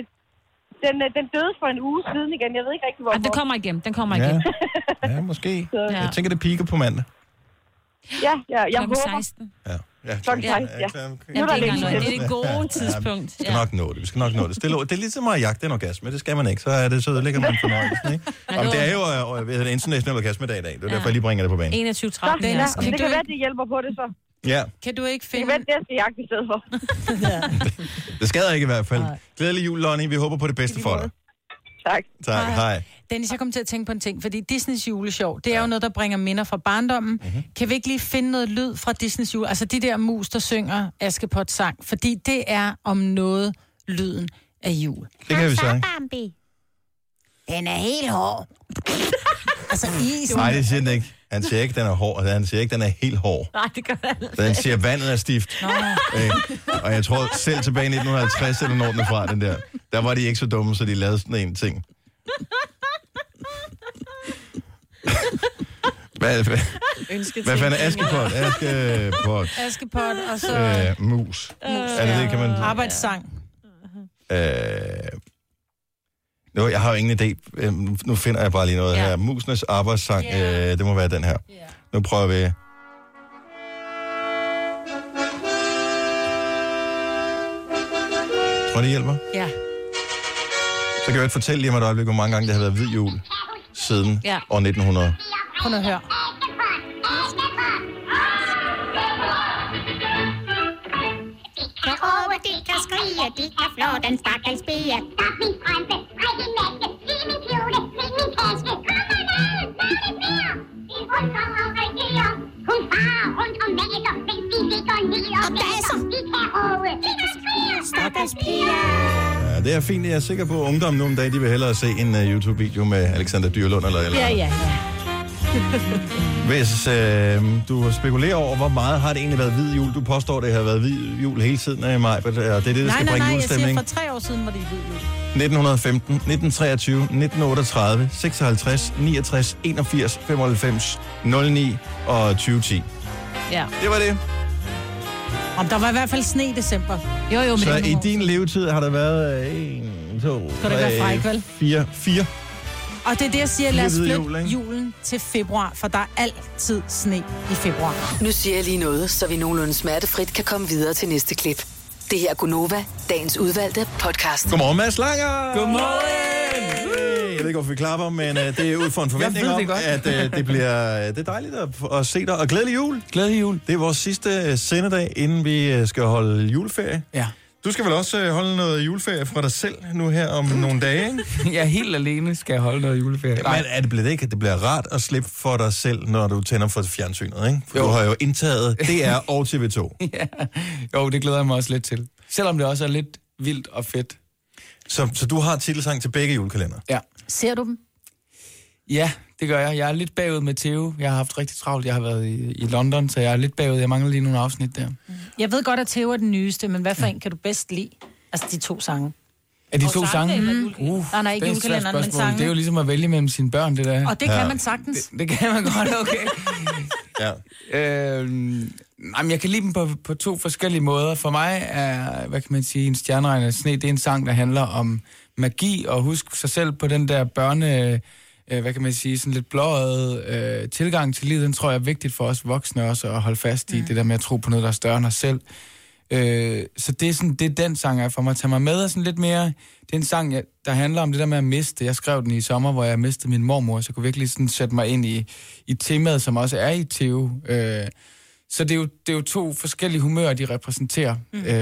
den døde for en uge siden igen. Jeg ved ikke rigtig, hvorfor. Den kommer igen. Ja, måske. Jeg tænker, det piker på mandag. Ja, jeg håber. 16. Ja. Klokken 16, ja. Det er det gode tidspunkt. Vi skal nok nå det. Det er lidt så meget jagt, den orgasme. Det skal man ikke. Så ødelægger man fornøjelsen, ikke? Jamen, det er jo international orgasmedag i dag. Det er derfor, jeg lige bringer det på banen. 21.30. Det kan være, at de hjælper på det så. Ja. Kan du ikke finde... Det kan være, det skal jagte i stedet for. Det skader ikke i hvert fald. Glædelig jul, Lonnie. Vi håber på det bedste for dig. Tak. Hej. Dennis, jeg kom til at tænke på en ting, fordi Disneys juleshow, det er jo noget, der bringer minder fra barndommen. Kan vi ikke lige finde noget lyd fra Disneys jule? Altså de der mus, der synger Askepot sang, fordi det er om noget lyden af jul. Det kan vi sige. Den er helt hård. Altså isen. Nej, det siger den ikke. Han siger ikke, den er hård. Han siger ikke, den er helt hård. Nej, det gør den. Den siger, vandet er stift. Og jeg tror selv tilbage i 1950, eller når den er fra, den der var de ikke så dumme, så de lavede sådan en ting. Hvad fanden er Askepot? Askepot, og så... Mus. Er det kan man... Arbejdssang. Jeg har jo ingen idé. Nu finder jeg bare lige noget her. Musenes arbejdssang, det må være den her. Nu prøver vi... Tror det hjælper? Ja. Så kan jeg fortælle lige om et øjeblik, hvor mange gange det har været hvid jul siden år 1900. Prøv at høre. De kan råbe, de kan skrige, de kan flå den stakkels bie. Stop min strømpe, træk din maske, sig min kjole, slik min taske. Kom og ned, gør det mere. De undrer og regerer. Hun farer rundt om mæsser, mens de ligger ned og blæser. De kan råbe, de kan skrige, stakkels piger. Ja, det er fint. Jeg er sikker på, at ungdommen nogle dage, de vil hellere se en YouTube-video med Alexander Dyrlund eller Ja. Hvis du spekulerer over, hvor meget har det egentlig været hvid jul? Du påstår, det har været hvid jul hele tiden, Maj. Det er det, der skal bringe julestemning. Nej, jeg siger, for 3 år siden var det hvid jul. 1915, 1923, 1938, 56, 69, 81, 95, 09 og 2010. Ja. Det var det. Om der var i hvert fald sne i december. Jo, men Så det i din levetid har der været 1, 2, Skal det være fræk, vel? 4. Og det er det, jeg siger, lad os Fire hvide flytte jul, ikke? julen til februar, for der er altid sne i februar. Nu siger jeg lige noget, så vi nogenlunde smertefrit kan komme videre til næste klip. Det her er Gunova, dagens udvalgte podcast. Godmorgen, Mads Langer! Godmorgen! Jeg ved ikke, hvorfor vi klapper, men det er ud for en forventning om, at det er dejligt at se dig. Og glædelig jul! Glædelig jul. Det er vores sidste sendedag, inden vi skal holde juleferie. Ja. Du skal vel også holde noget juleferie fra dig selv nu her om nogle dage, ikke? Jeg er helt alene, skal jeg holde noget juleferie. Men er det blevet ikke, at det bliver rart at slippe for dig selv, når du tænder for fjernsynet, ikke? For Jo. du har jo indtaget DR og TV2. Ja. Jo, det glæder jeg mig også lidt til. Selvom det også er lidt vildt og fedt. Så du har titelsang til begge julekalender? Ja. Ser du dem? Ja, det gør jeg. Jeg er lidt bagud med Theo. Jeg har haft rigtig travlt. Jeg har været i London, så jeg er lidt bagud. Jeg mangler lige nogle afsnit der. Jeg ved godt, at Theo er den nyeste, men hvad for en kan du bedst lide? Altså de 2 sange. Er de 2 sange? Nej, ikke det er et svært julekalenderen, men spørgsmål. sange. Det er jo ligesom at vælge mellem sine børn, det der. Og det kan man sagtens. Det kan man godt, okay. Ja. Jamen, jeg kan lide dem på 2 forskellige måder. For mig er, hvad kan man sige, En stjerneregn af sne, det er en sang, der handler om magi og huske sig selv på den der hvad kan man sige, sådan lidt blåøjet tilgang til livet. Den tror jeg er vigtigt for os voksne også at holde fast i, det der med at tro på noget, der er større end os selv. Så det er, sådan, det er den sang, jeg for mig at tage mig med, og sådan lidt mere, det er en sang, der handler om det der med at miste. Jeg skrev den i sommer, hvor jeg mistede min mormor, så jeg kunne virkelig sådan sætte mig ind i temaet, som også er i Theo. Så det er jo 2 forskellige humører, de repræsenterer.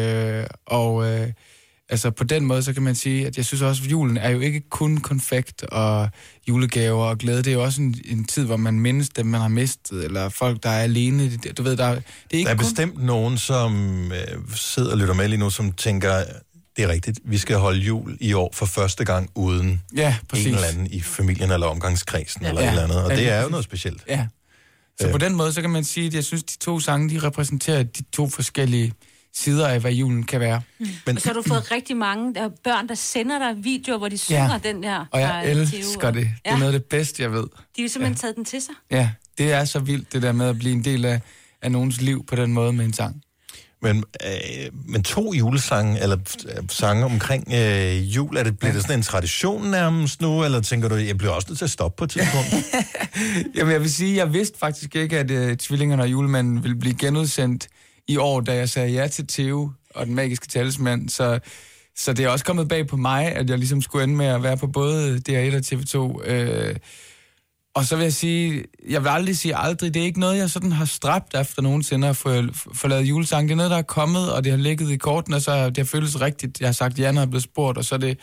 Altså på den måde, så kan man sige, at jeg synes også, at julen er jo ikke kun konfekt og julegaver og glæde. Det er jo også en tid, hvor man mindes dem, man har mistet, eller folk, der er alene. Du ved, det er ikke der er bestemt nogen, som sidder og lytter med lige nu, som tænker, det er rigtigt, vi skal holde jul i år for første gang uden en eller anden i familien eller omgangskredsen eller et eller andet. Og det er jo noget specielt. Ja. Så på den måde, så kan man sige, at jeg synes, de 2 sange, de repræsenterer de 2 forskellige sider af, hvad julen kan være. Men så har du fået rigtig mange børn, der sender dig videoer, hvor de synger den her. Og jeg elsker det. Det er noget af det bedste, jeg ved. De har jo simpelthen taget den til sig. Ja, det er så vildt, det der med at blive en del af nogens liv på den måde med en sang. Men 2 julesange, eller sange omkring jul, bliver det sådan en tradition nærmest nu, eller tænker du, jeg bliver også nødt til at stoppe på et tidspunkt? Jamen jeg vil sige, jeg vidste faktisk ikke, at Tvillingerne og Julemanden ville blive genudsendt i år, da jeg sagde ja til Theo og den magiske talisman. Så det er også kommet bag på mig, at jeg ligesom skulle ende med at være på både DR1 og TV2. Og så vil jeg sige, jeg vil aldrig sige aldrig, det er ikke noget, jeg sådan har stræbt efter nogensinde at få lavet julesang. Det er noget, der er kommet, og det har ligget i korten, og så det har føltes rigtigt. Jeg har sagt ja, når jeg er blevet spurgt, og så er det,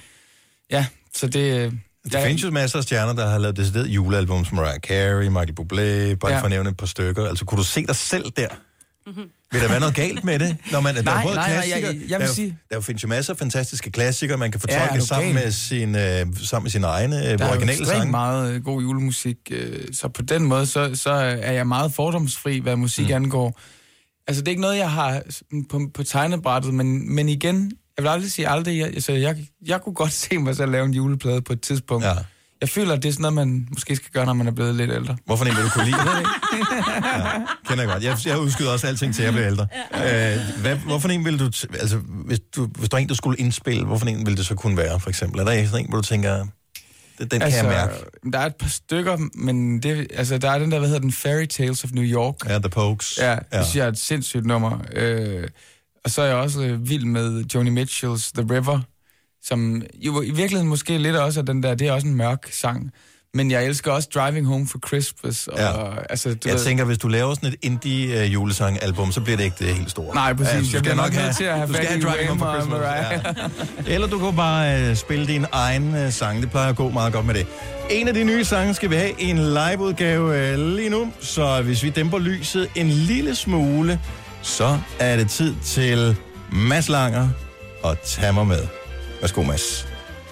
Der findes jo masser af stjerner, der har lavet decideret julealbum, som Mariah Carey, Michael Bublé, bare for at nævne et par stykker. Altså, kunne du se dig selv der? Vil der være noget galt med det? Når man, der er både klassikere, jeg vil sige... Der findes jo masser af fantastiske klassikere, man kan fortolke sammen med sine egne originale sange. Der er jo ekstremt meget god julemusik, så på den måde, så er jeg meget fordomsfri, hvad musik angår. Altså, det er ikke noget, jeg har på tegnebrættet, men igen, jeg vil aldrig sige aldrig, jeg kunne godt se mig selv lave en juleplade på et tidspunkt. Ja. Jeg føler, at det er sådan noget, man måske skal gøre, når man er blevet lidt ældre. Hvorfor en vil du kunne lide det? Ja, kender jeg godt. Jeg udskyder også alting til, jeg bliver ældre. Hvorfor en vil du... Altså, hvis der er en, der skulle indspille, hvorfor en vil det så kunne være, for eksempel? Er der sådan en, hvor du tænker, den kan jeg mærke? Der er et par stykker, men der er den der, hvad hedder den? Fairy Tales of New York. Ja, The Pogues. Ja, det synes jeg er et sindssygt nummer. Og så er jeg også vild med Joni Mitchells The River, som jo i virkeligheden måske lidt også er den der, det er også en mørk sang. Men jeg elsker også Driving Home for Christmas. Og, jeg tænker, hvis du laver sådan et indie julesang-album, så bliver det ikke det helt store. Nej, præcis. Altså, jeg bliver nok nødt til at have fat i Driving Home for Christmas. Ja. Eller du kan bare spille din egen sang. Det plejer at gå meget godt med det. En af de nye sange skal vi have en liveudgave lige nu. Så hvis vi dæmper lyset en lille smule, så er det tid til Mads Langer og Tag mig med. Værsgo, Mads.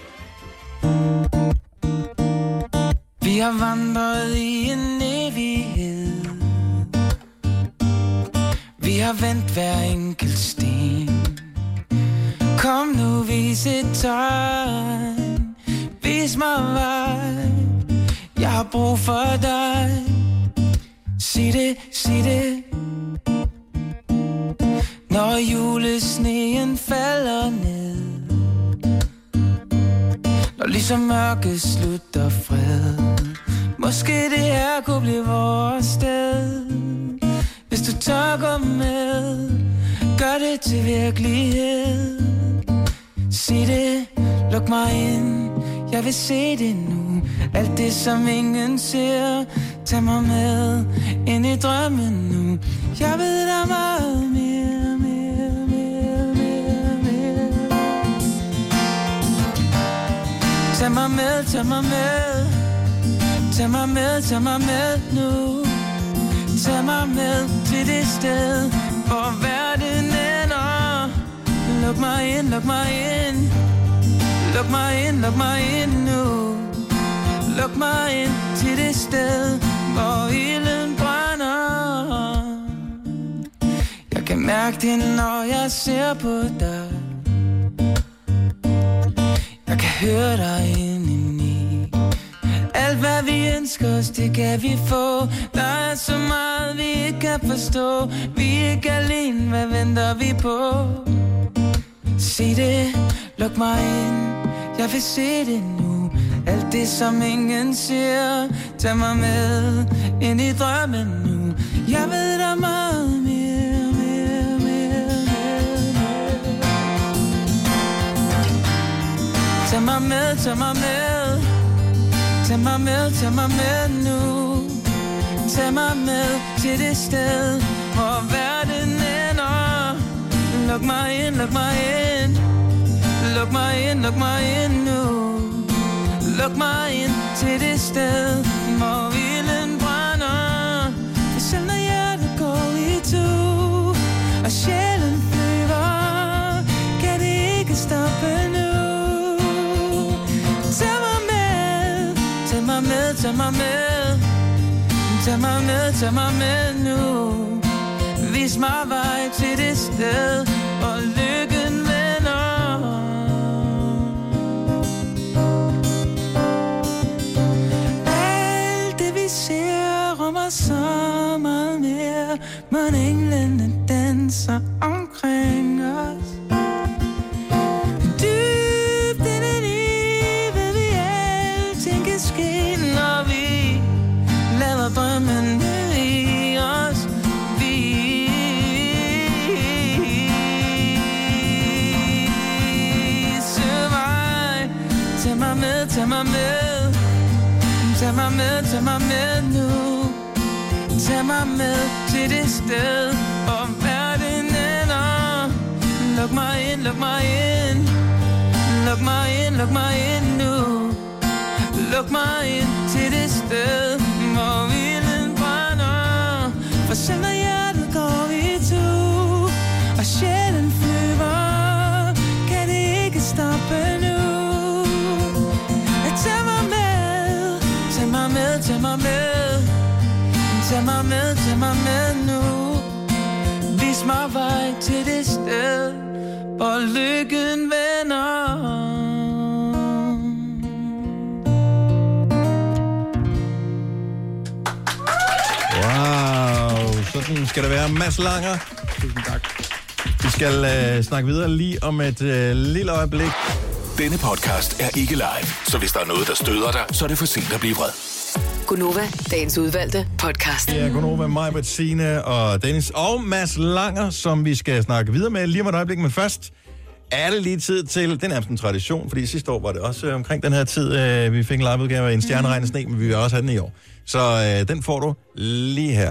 Vi har vandret i en evighed. Vi har vendt hver enkelt sten. Kom nu, vis et tegn. Vis mig vej. Jeg har brug for dig. Sig det, sig det. Når og julesneen falder ned. Når ligesom mørket slutter fred, måske det her kunne blive vores sted. Hvis du tør gå med, gør det til virkelighed. Sig det, luk mig ind, jeg vil se det nu. Alt det som ingen ser, tag mig med ind i drømmen nu. Jeg ved der er meget mere, mere, mere, mere, mere. Tag mig med, tag mig med. Tag mig med, tag mig med nu. Tag mig med til det sted, hvor verden ender. Luk mig ind, luk mig ind. Luk mig ind, luk mig ind nu. Luk mig ind til det sted, hvor ilden brænder. Jeg kan mærke det, når jeg ser på dig. Jeg kan høre dig indeni. Alt hvad vi ønsker os, det kan vi få. Der er så meget vi ikke kan forstå. Vi er ikke alene, hvad venter vi på? Sig det, luk mig ind, jeg vil se det nu. Alt det som ingen ser, tag mig med ind i drømmen nu. Jeg ved der er meget mere, mere, mere, mere. Tag mig med, tag mig med. Tag mig med, tag mig med nu. Tag mig med til det sted, hvor verden ender. Luk mig ind, luk mig ind. Luk mig ind, luk mig ind nu. Luk mig ind til det sted, hvor ilden brænder. For selv når hjertet går i to, og sjælen flyver, kan det ikke stoppe nu. Tag mig med, tag mig med, tag mig med. Tag mig med, tag mig med nu. Vis mig vej til det sted, hvor lykken vender. Alt det vi ser rummer så meget mere. Men englene danser omkring os. Dybt indeni ved vi alting kan ske, når vi lader drømmen i os. Tag mig med, tag mig med, tag mig med nu. Tag mig med til det sted, hvor verden ender. Luk mig ind, luk mig ind. Luk mig ind, luk mig ind nu. Luk mig ind til det sted, hvor ilden brænder. For selv når hjertet går i to, og sjælen flyver, kan det ikke stoppe nu. Tag mig med, tag mig med, tag mig med. Tag mig med, tag mig med nu. Vis mig vej til det sted, hvor lykken vender. Wow, sådan skal det være. Mads Langer. Tusind tak. Vi skal snakke videre lige om et lille øjeblik. Denne podcast er ikke live, så hvis der er noget, der støder dig, så er det for sent at blive vred. Gunova, dagens udvalgte podcast. Ja, Gunova, mig, Bettine og Dennis og Mads Langer, som vi skal snakke videre med lige om et øjeblik. Men først er det lige tid til, det er nærmest en tradition, fordi sidste år var det også omkring den her tid, vi fik en liveudgave af En stjerneregn sne, men vi vil også have den i år. Så den får du lige her.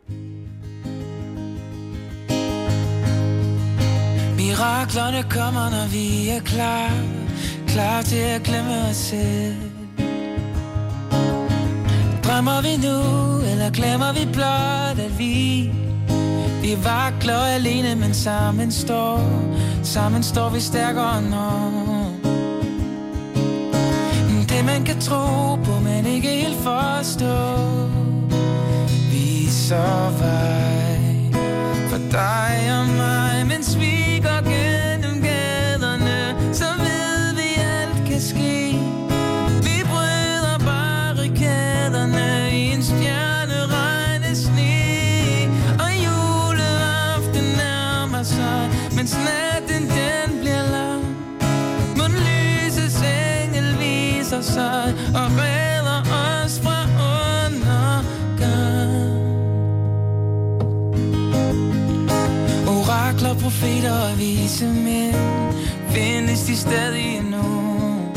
Miraklerne kommer, når vi er klar til at glemme os selv. Drømmer vi nu, eller glemmer vi blot, at vi vakler alene, men sammen står vi stærkere når. Det man kan tro på, men ikke helt forstå. Viser vej for dig og mig, mens vi går gennem gaderne, så ved vi alt kan ske. Vi bryder barrikaderne i en stjerneregn af sne, og juleaften nærmer sig. sig og redder os fra undergang. Orakler, profeter og vise mænd, findes de stadig endnu?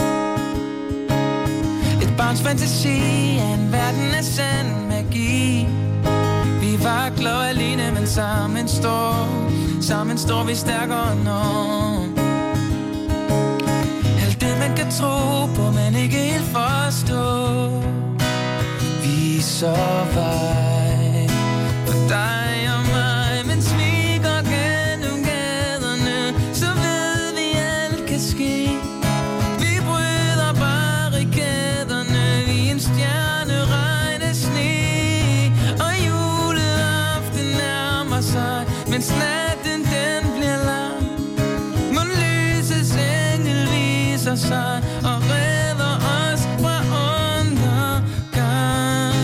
Et barns fantasi er en verden af sand magi. Vi vakler alene, men sammen står vi stærkere når. Alt det man kan tro på, men ikke helt forstå. Viser vej for dig og mig, mens vi går gennem gaderne, så ved vi alt kan ske. Vi bryder barrikaderne, vi er en stjerneregn af sne, og juleaften nærmer sig, mens natten den bliver lang. Mon lysets engel viser sig og redder os fra undergang.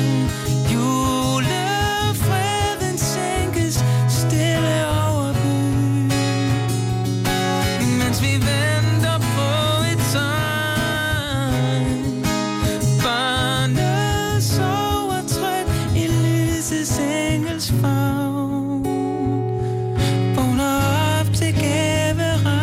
Julefreden sænkes stille over byen, mens vi venter på et tegn. Barnet sover trygt i lysets engels favn, vågner op til gaveregn.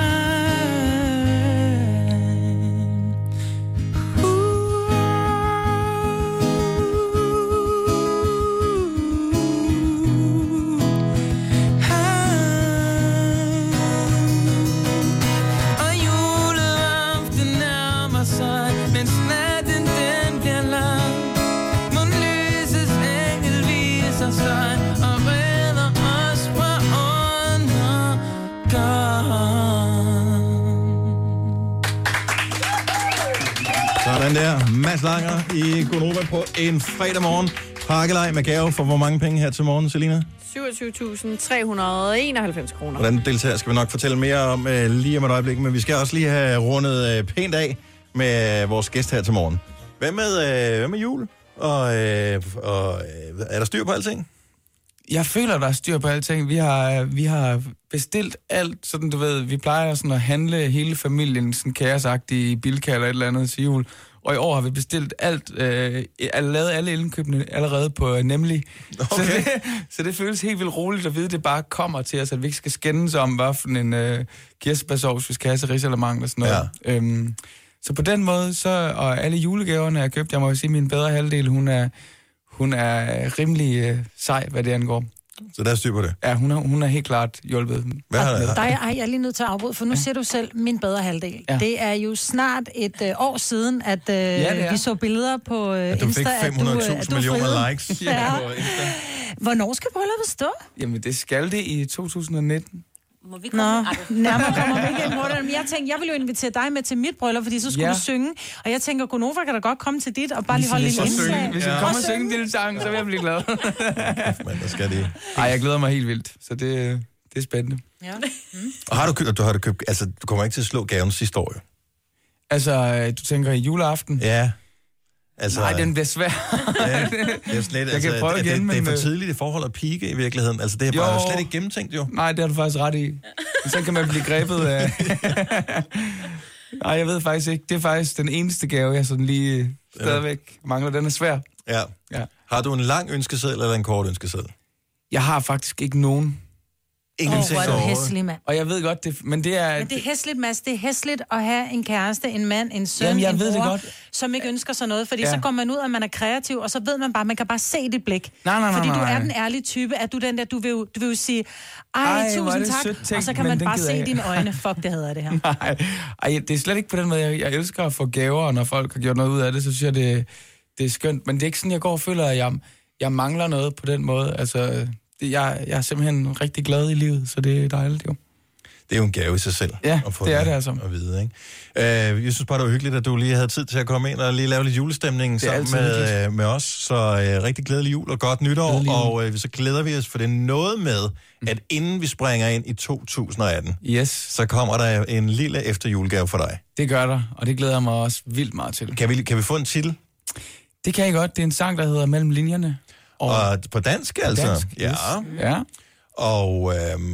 Og juleaften nærmer sig, mens natten den bliver lang. Mon lysets engel viser sig og redder os fra undergang. Sådan der. Mads Langer i Gonova på en fredag morgen. Pakkelej med gave for hvor mange penge her til morgen, Selina? 27.391 kroner. Hvordan deltager skal vi nok fortælle mere om lige om et øjeblik, men vi skal også lige have rundet pænt af med vores gæst her til morgen. Hvad med jul? Og er der styr på alting? Jeg føler, der er styr på alting. Vi har bestilt alt, sådan du ved, vi plejer sådan at handle hele familien, sådan kaosagtigt i Bilka eller et eller andet til jul. Og i år har vi bestilt alt, lavet alle indkøbene allerede på Nemlig. Okay. Så det føles helt vildt roligt at vide, at det bare kommer til os, at vi ikke skal skændes om, hvad for en kirsebærsovs, vi skal have til risalemang og sådan noget. Ja. Så på den måde, og alle julegaverne er købt, jeg må jo sige, min bedre halvdel, hun er rimelig sej, hvad det angår. Så der er styr på det? Ja, hun er helt klart hjulpet. Jeg er lige nødt til at afbryde, for nu ser du selv min bedre halvdel. Ja. Det er jo snart et år siden, at vi så billeder på Insta. At du fik 500.000 millioner likes. Ja. Hvornår skal brylluppet stå? Jamen, det skal det i 2019. Må vi komme? Nærmere kommer vi ikke ind på det. Men jeg tænkte, jeg ville jo invitere dig med til mit bryllup, fordi så skulle du synge. Og jeg tænker, Gonova kan da godt komme til dit og bare lige holde lidt indslag. Hvis vi kommer og synge en lille sang, så vil jeg blive glad. Men der skal det. Ej, jeg glæder mig helt vildt, så det er spændende. Ja. Og har du købt, altså du kommer ikke til at slå gaven sidste år, jo? Altså, du tænker i juleaften? Ja. Altså, nej, den bliver svær. Ja, det er jo slet, jeg kan prøve igen, det er for tidligt i forhold at pike i virkeligheden. Altså, det er bare slet ikke gennemtænkt, jo. Nej, det har du faktisk ret i. Så kan man blive grebet af... Nej, jeg ved faktisk ikke. Det er faktisk den eneste gave, jeg sådan lige stadigvæk mangler. Den er svær. Ja. Har du en lang ønskeseddel eller en kort ønskeseddel? Jeg har faktisk ikke nogen. Ingenting. Hvor er du hæslig, mand. Og jeg ved godt, men det er... Men det er hæsligt, Mads. Det er hæsligt at have en kæreste, en mand, en søn, en bror, som ikke ønsker sig noget. Fordi så går man ud, at man er kreativ, og så ved man kan bare se dit blik. Nej. Fordi du er den ærlige type, at du den der, du vil jo sige, tusind tak, tænkt, og så kan man bare se i dine øjne. Fuck, det hedder det her. Nej, det er slet ikke på den måde. Jeg elsker at få gaver, og når folk har gjort noget ud af det, så synes jeg, det er skønt. Men det er ikke sådan, jeg går og føler, at jeg mangler noget på den måde. Altså... Jeg er simpelthen rigtig glad i livet, så det er dejligt, jo. Det er jo en gave i sig selv. Ja, at få det er det altså. At vide, ikke? Jeg synes bare, det var hyggeligt, at du lige havde tid til at komme ind og lige lave lidt julestemning sammen med os. Så rigtig glædelig jul og godt nytår. Og så glæder vi os, for det er noget med, at inden vi springer ind i 2018, så kommer der en lille efterjulegave for dig. Det gør der, og det glæder jeg mig også vildt meget til. Kan vi få en titel? Det kan jeg godt. Det er en sang, der hedder Mellem Linjerne. Og på dansk, altså? Dansk, ja. Ja. Og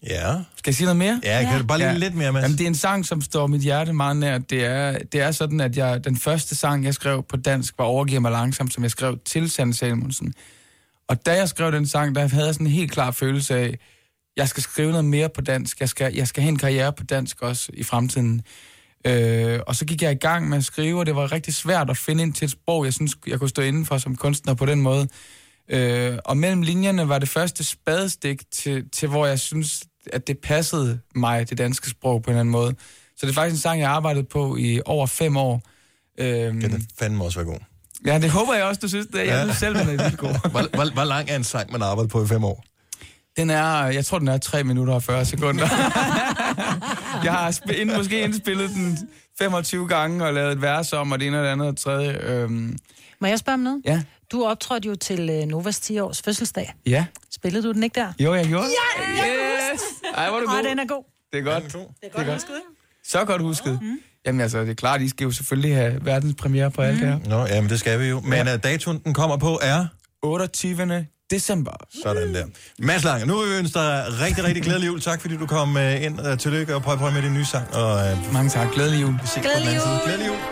Ja. Skal jeg sige noget mere? Ja, kan du bare lige lidt mere, Mads? Jamen, det er en sang, som står mit hjerte meget nær. Det er sådan, at den første sang, jeg skrev på dansk, var Overgiver mig langsomt, som jeg skrev til Sanne Salomonsen. Og da jeg skrev den sang, der havde jeg sådan en helt klar følelse af, jeg skal skrive noget mere på dansk. Jeg skal have en karriere på dansk også i fremtiden. Og så gik jeg i gang med at skrive, og det var rigtig svært at finde ind til et sprog, jeg synes, jeg kunne stå indenfor som kunstner på den måde. Og mellem linjerne var det første spadestik til hvor jeg synes, at det passede mig, det danske sprog på en eller anden måde. Så det er faktisk en sang, jeg har arbejdet på i over 5 år. Kan den fandme også være god? Ja, det håber jeg også, du synes. Jeg synes selv, den er vildt god. Hvor lang er en sang, man har arbejdet på i 5 år? Jeg tror, den er 3 minutter og 40 sekunder. Jeg har måske indspillet den 25 gange og lavet et vers om, og det ene og det andet og tredje. Må jeg spørge om noget? Ja. Du optrådte jo til Novas 10-års fødselsdag. Ja. Spillede du den ikke der? Jo, jeg gjorde. Ja, jeg kan huske. Ej, hvor er du god. Den er god. Det er godt. Det er godt husket, ikke? Så godt husket. Jamen altså, det er klart, I skal jo selvfølgelig have verdens premiere på alt det her. Nå, jamen det skal vi jo. Men datoen, den kommer på, er? 28. december. Sådan der. Mads Lange, nu vil vi ønske dig rigtig, rigtig glædelig jul. Tak fordi du kom ind. Tillykke og prøv med din nye sang. Og, mange tak. Glædelig jul. Vi ses på den anden side. Glædelig jul.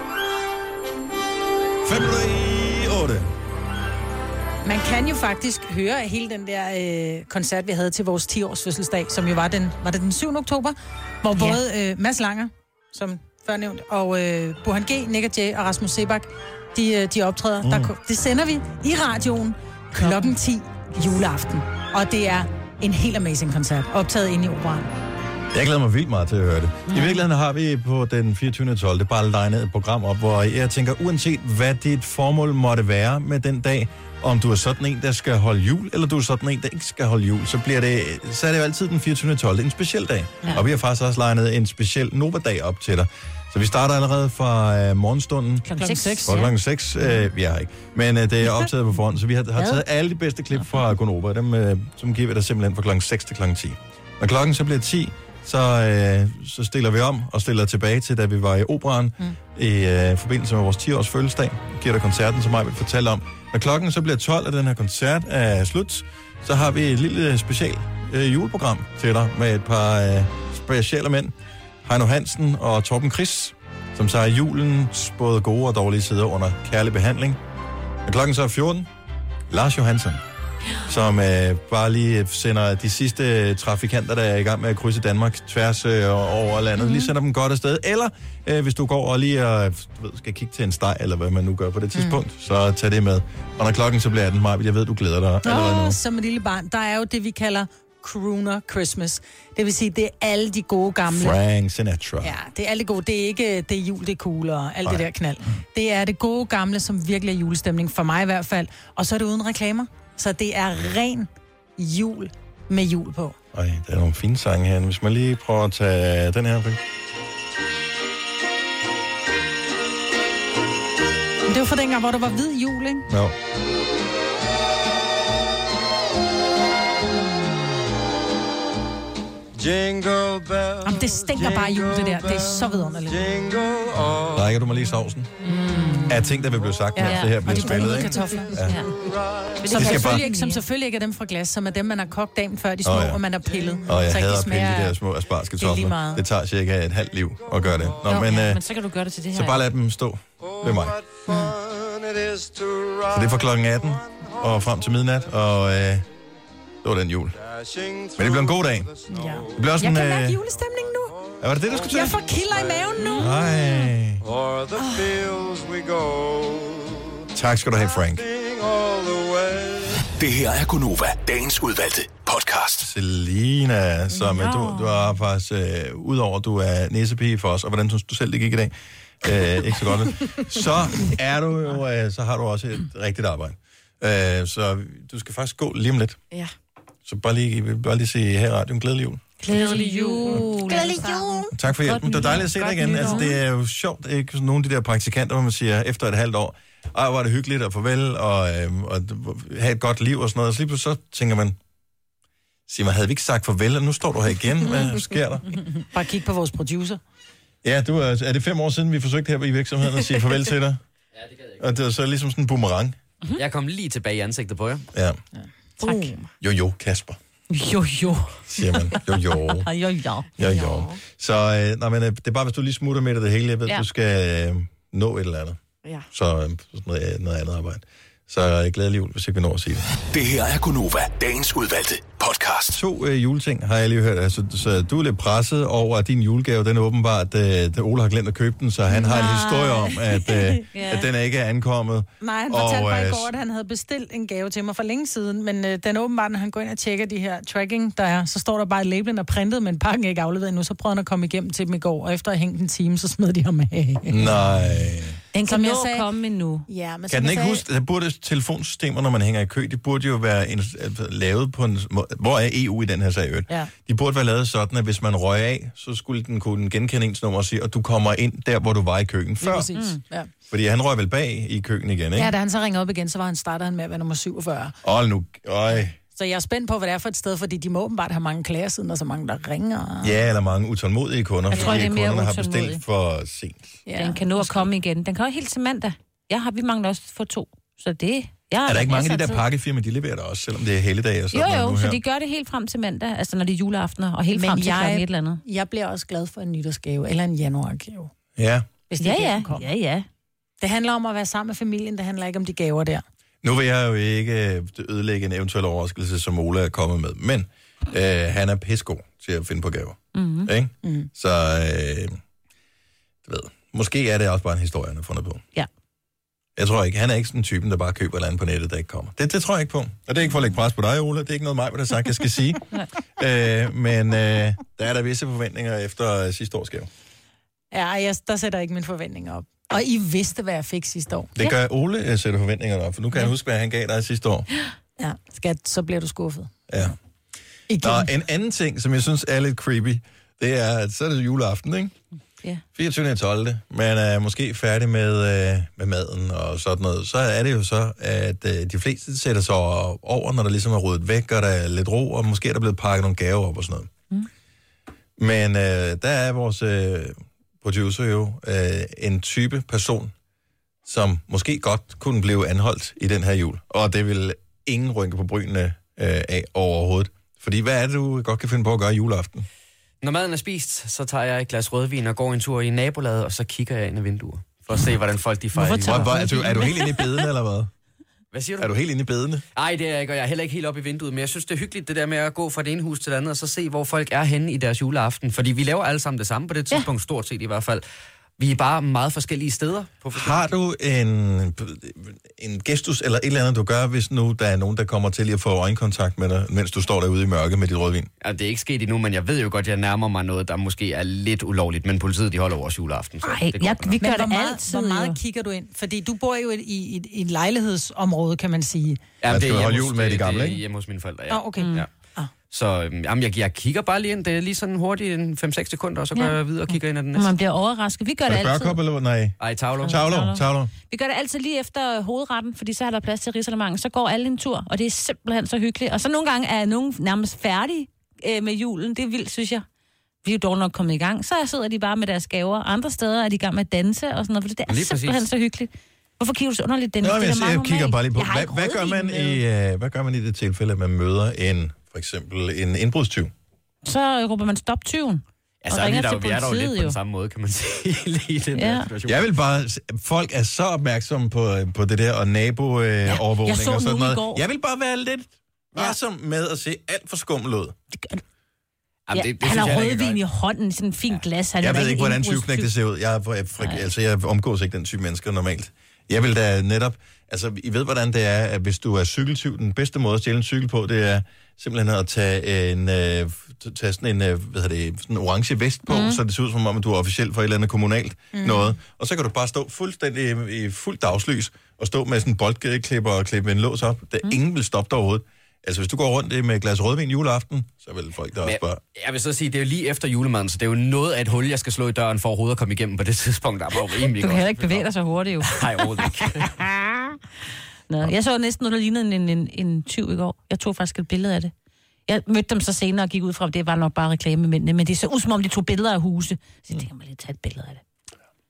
5:08. Man kan jo faktisk høre hele den der koncert, vi havde til vores 10-års fødselsdag, som jo var den 7. oktober, hvor både Mads Langer, som før nævnt, og Burhan G, Nick og Jay og Rasmus Sebak, de optræder. Det sender vi i radioen klokken 10 juleaften. Og det er en helt amazing koncert, optaget inde i Operaen. Jeg glæder mig vildt meget til at høre det. I virkeligheden har vi på den 24.12. bare legnet et program op, hvor jeg tænker, uanset hvad dit formål måtte være med den dag, om du er sådan en, der skal holde jul, eller du er sådan en, der ikke skal holde jul, så er det jo altid den 24.12. en speciel dag. Ja. Og vi har faktisk også legnet en speciel Nova-dag op til dig. Så vi starter allerede fra morgenstunden. Klokken 6. Klokken 6. Vi har ikke. Men det er optaget på forhånd, så vi har taget alle de bedste klip fra Gonova. Dem som giver vi dig simpelthen fra klokken 6 til klokken 10. Når klokken så bliver 10, så stiller vi om og stiller tilbage til, da vi var i Operaen i forbindelse med vores 10-års fødselsdag. Giver dig koncerten, som jeg vil fortælle om. Når klokken så bliver 12, og den her koncert er slut, så har vi et lille special juleprogram til dig med et par specielle mænd. Heino Hansen og Torben Chris, som tager julens både gode og dårlige sider under kærlig behandling. Når klokken så er 14, Lars Johansson, som bare lige sender de sidste trafikanter, der er i gang med at krydse Danmark tværs over landet, lige sender dem godt afsted. Eller hvis du går og lige skal kigge til en steg, eller hvad man nu gør på det tidspunkt, så tag det med. Og når klokken så bliver 18, Maja, jeg ved, du glæder dig allerede nu. Som et lille barn, der er jo det, vi kalder Crooner Christmas. Det vil sige, det er alle de gode gamle. Frank Sinatra. Ja, det er alle de gode. Det er ikke det er jul, det er cool og alt det der knald. Det er det gode gamle, som virkelig er julestemning, for mig i hvert fald. Og så er det uden reklamer. Så det er ren jul med jul på. Ej, der er nogle fine sange her. Hvis man lige prøver at tage den her. Det var for dengang, hvor der var hvid jul, ikke? Jo. Jingle bell. Jamen, det stinker bare jul, det der. Det er så vidunderligt. Rækker du mig lige sovsen? Er ting, der vil blive sagt, mens det her bliver spillet, ikke? Kartofler. Ja. Som selvfølgelig ikke er dem fra glas, som er dem, man har kogt dagen før de små, og man har pillet. Og jeg så hader de at pille de der små aspargeskartofler. Det tager cirka et halvt liv at gøre det. Men så kan du gøre det til det her. Så bare lad dem stå ved mig. Så det er fra klokken 18 og frem til midnat, og det var den jul. Men det bliver en god dag. Ja. Det bliver også jeg kan mærke julestemning nu. Ja, var det det, du skulle til? Jeg får kilder i maven nu. Nej. Tak skal du have, Frank. Det her er Gonova, dagens udvalgte podcast. Selina, som du har faktisk, udover at du er næsepige for os, og hvordan synes du selv, det gik i dag? Ikke så godt. Så er du jo, så har du også et rigtigt arbejde. Så du skal faktisk gå lige om lidt. Ja. Så bare lige sige her i radioen, glædelig jul. Glædelig jul. Glædelig jul. Tak for hjælpen. Det er dejligt at se dig igen. Altså, det er jo sjovt, ikke? Sådan nogle af de der praktikanter, hvor man siger, efter et halvt år, var det hyggeligt og farvel, og have et godt liv og sådan noget. Og så lige så tænker man, havde vi ikke sagt farvel, og nu står du her igen. Hvad sker der? Bare kig på vores producer. Ja, er det 5 år siden, vi forsøgte her i virksomheden at sige farvel til dig? Ja, det gad jeg ikke. Og det var så ligesom sådan en boomerang. Jeg kom lige tilbage i ansigtet på jer. Ja. Tak. Jo, Kasper. Jo. Siger man. Jo. Så det er bare, hvis du lige smutter med det hele. Jeg ved, du skal nå et eller andet. Ja. Så noget andet arbejde. Så glædelig jul, hvis ikke vi når at sige det. Det her er Gonova, dagens udvalgte podcast. 2 juleting har jeg lige hørt. Altså, så du er lidt presset over, at din julegave, den er åbenbart, Ole har glemt at købe den, så han har en historie om, at den ikke er ankommet. Nej, han fortalte mig i går, at han havde bestilt en gave til mig for længe siden, men den er åbenbart, når han går ind og tjekker de her tracking, der er, så står der bare, at labelen er printet, men pakken er ikke afleveret endnu, så prøvede han at komme igennem til dem i går, og efter at have hængt en time, så smed de ham af. Nej. Den kan nå at komme endnu. Ja, men kan den ikke huske, der burde telefonsystemer, når man hænger i kø, de burde jo være lavet på en... Hvor er EU i den her sag? Ja. De burde være lavet sådan, at hvis man røg af, så skulle den kunne genkende ens nummer og sige, og du kommer ind der, hvor du var i køen før. Ja. Fordi han røg vel bag i køen igen, ikke? Ja, da han så ringede op igen, så startede han med at være nummer 47. Nu. Så jeg er spændt på, hvad det er for et sted, fordi de må åbenbart have mange klager, siden der er så mange, der ringer. Ja, eller mange utålmodige kunder, fordi kunderne har bestilt for sent. Ja, den kan nå at komme igen. Den kan også helt til mandag. Vi mangler også for 2. Så det... Er der ikke mange af de der pakkefirmaer, de leverer der også, selvom det er helligdag og sådan noget? Jo, så de gør det helt frem til mandag, altså når det er juleaftener, og helt frem til klokken et eller andet. Jeg bliver også glad for en nytårsgave, eller en januargave. Ja. Hvis det kommer. Ja. Det handler om at være sammen med familien, det handler ikke om de gaver der. Nu vil jeg jo ikke ødelægge en eventuel overraskelse, som Ole er kommet med, men han er pissegod til at finde på gaver. Mm-hmm. Ikke? Mm. Så, du ved, måske er det også bare en historie, han har fundet på. Ja. Jeg tror ikke, han er ikke sådan en typen, der bare køber et eller andet på nettet, der ikke kommer. Det tror jeg ikke på. Og det er ikke for at lægge pres på dig, Ole. Det er ikke noget mig, hvad der sagt, jeg skal sige. Men der er der visse forventninger efter sidste års gave. Ja, der sætter jeg ikke mine forventninger op. Og I vidste, hvad jeg fik sidste år. Det gør Ole, sætter forventningerne op, for nu kan jeg huske, hvad han gav dig sidste år. Ja, skat, så bliver du skuffet. Ja. Nå, en anden ting, som jeg synes er lidt creepy, det er, at så er det juleaften, ikke? Ja. 24.12. Man er måske færdig med maden og sådan noget. Så er det jo så, at de fleste sætter sig over, når der ligesom er ryddet væk, og der er lidt ro, og måske er der blevet pakket nogle gaver op og sådan noget. Mm. Men der er vores producer jo en type person, som måske godt kunne blive anholdt i den her jul. Og det vil ingen rynke på brynene af overhovedet. Fordi hvad er det, du godt kan finde på at gøre juleaften? Når maden er spist, så tager jeg et glas rødvin og går en tur i nabolaget, og så kigger jeg ind i vinduer. For at se, hvordan folk de fejrer. Er du helt inde i bedene, eller hvad? Hvad siger du? Er du helt inde i bedene? Nej, det er jeg ikke, og jeg er heller ikke helt oppe i vinduet. Men jeg synes, det er hyggeligt, det der med at gå fra det ene hus til det andet, og så se, hvor folk er henne i deres juleaften. Fordi vi laver alle sammen det samme på det tidspunkt, stort set i hvert fald. Vi er bare meget forskellige steder. Har du en gestus eller et eller andet, du gør, hvis nu der er nogen, der kommer til at få øjenkontakt med dig, mens du står derude i mørke med dit rødvin? Ja, det er ikke sket endnu, men jeg ved jo godt, at jeg nærmer mig noget, der måske er lidt ulovligt. Men politiet, de holder vores juleaften. Nej, vi gør det altid. Hvor meget kigger du ind? Fordi du bor jo i et lejlighedsområde, kan man sige. Ja, man skal holde jul med de gamle, ikke? Det er hjemme hos mine forældre, ja. Okay. Ja. Så jeg kigger bare lige ind. Det er lige sådan hurtigt en 5-6 sekunder, og så går jeg videre og kigger ind af den næste. Man bliver overrasket. Vi gør det altid. Børkop eller nej? Ej, tavler. Vi gør det altid lige efter hovedretten, fordi så er der plads til risalemanden. Så går alle en tur, og det er simpelthen så hyggeligt. Og så nogle gange er nogen nærmest færdige med julen. Det er vildt, synes jeg. Vi er jo dog nok kommet i gang. Så sidder de bare med deres gaver. Andre steder er de i gang med at danse og sådan noget, for det er simpelthen så hyggeligt. Hvorfor kigger du så underligt, Dennis? Jeg kigger bare lige på. Hvad gør man i det tilfælde, at man møder for eksempel en indbrudstyv? Så råber man stop tyven. Ja, så vi er der jo lidt på den samme måde, kan man sige, lige i den der situation. Jeg vil bare... Folk er så opmærksomme på det der, og nabo-overvågning og sådan noget. Jeg vil bare være lidt varsom med at se alt for skummel ud. Det gør du. Han har rødvin i hånden, sådan en fin glas. Jeg ved ikke, hvordan tyveknægte ser ud. Jeg omgås ikke den type mennesker normalt. Jeg vil da netop... Altså, I ved, hvordan det er, at hvis du er cykeltyv, den bedste måde at stjæle en cykel på, det er simpelthen at tage sådan en orange vest på, så det ser ud som om, at du er officielt for et eller andet kommunalt noget. Og så kan du bare stå fuldstændig i fuld dagslys og stå med sådan en boldklipper og klippe en lås op. Ingen vil stoppe dig overhovedet. Altså, hvis du går rundt med et glas rødvin juleaften, så vil folk da også bare... Jeg vil så sige, det er jo lige efter julemaden, så det er jo noget af et hul, jeg skal slå i døren for overhovedet at komme igennem på det tidspunkt. Der er jo rimelig godt. Du kan heller ikke bevæge dig så hurtigt, jo. Nej, overhovedet ikke. Nå, jeg så næsten noget, der lignede en tyv i går. Jeg tog faktisk et billede af det. Jeg mødte dem så senere og gik ud fra, at det var nok bare reklamemændene, men det så ud som om, de tog billeder af huse. Så jeg tænkte, jeg må lige tage et billede af det.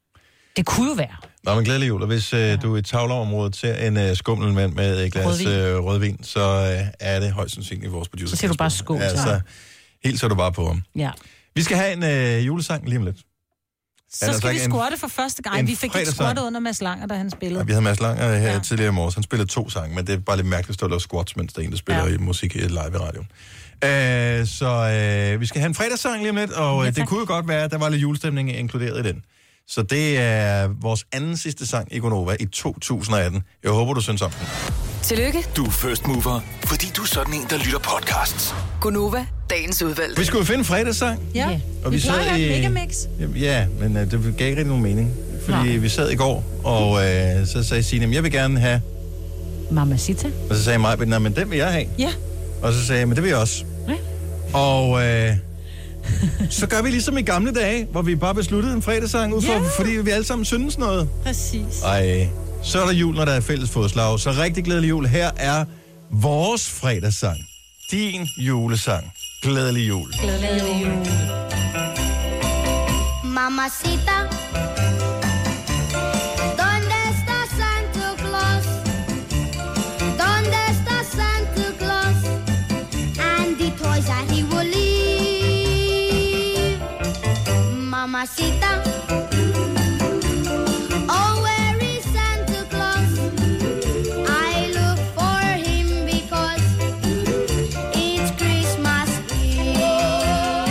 Det kunne jo være. Nå, men glædelig jul. Og hvis du i tavleområdet ser en skummelmand med et glas rødvin, så er det højst sandsynligt vores producer. Så siger du bare skål. Altså, helt så du bare på ham. Ja. Vi skal have en julesang lige om lidt. Så skal vi squatte for første gang. Vi fik ikke squattet under Mads Langer, da han spillede. Ja, vi havde Mads Langer her tidligere i morges. Han spillede 2 sange, men det er bare lidt mærkeligt at stå og lave squats, mens der er en, der spiller i musik live i radioen. Så vi skal have en fredagssang lige om lidt, og det kunne jo godt være, at der var lidt julestemning inkluderet i den. Så det er vores anden sidste sang i Gonova i 2018. Jeg håber, du synes om den. Tillykke. Du er first mover, fordi du er sådan en, der lytter podcasts. Gonova, dagens udvalgte. Vi skulle jo finde en fredagssang. Ja, og vi plejer sad et megamix. Ja, men det gav ikke rigtig nogen mening. Fordi vi sad i går, og så sagde Signe, jeg vil gerne have... Mamacita. Og så sagde Maj, nej, men den vil jeg have. Ja. Og så sagde jeg, men det vil jeg også. Ja. Og så gør vi ligesom i gamle dage, hvor vi bare besluttede en fredagssang ud for, fordi vi alle sammen synes noget. Præcis. Ej, så er der jul, når der er fælles fodslag. Så rigtig glædelig jul. Her er vores fredagssang. Din julesang. Glædelig jul. Glædelig jul. Mamacita, ¿dónde está Santa Claus? ¿Dónde está Santa Claus? And the toys that he will leave. Mamacita, oh, where is Santa Claus? I look for him because it's Christmas Eve.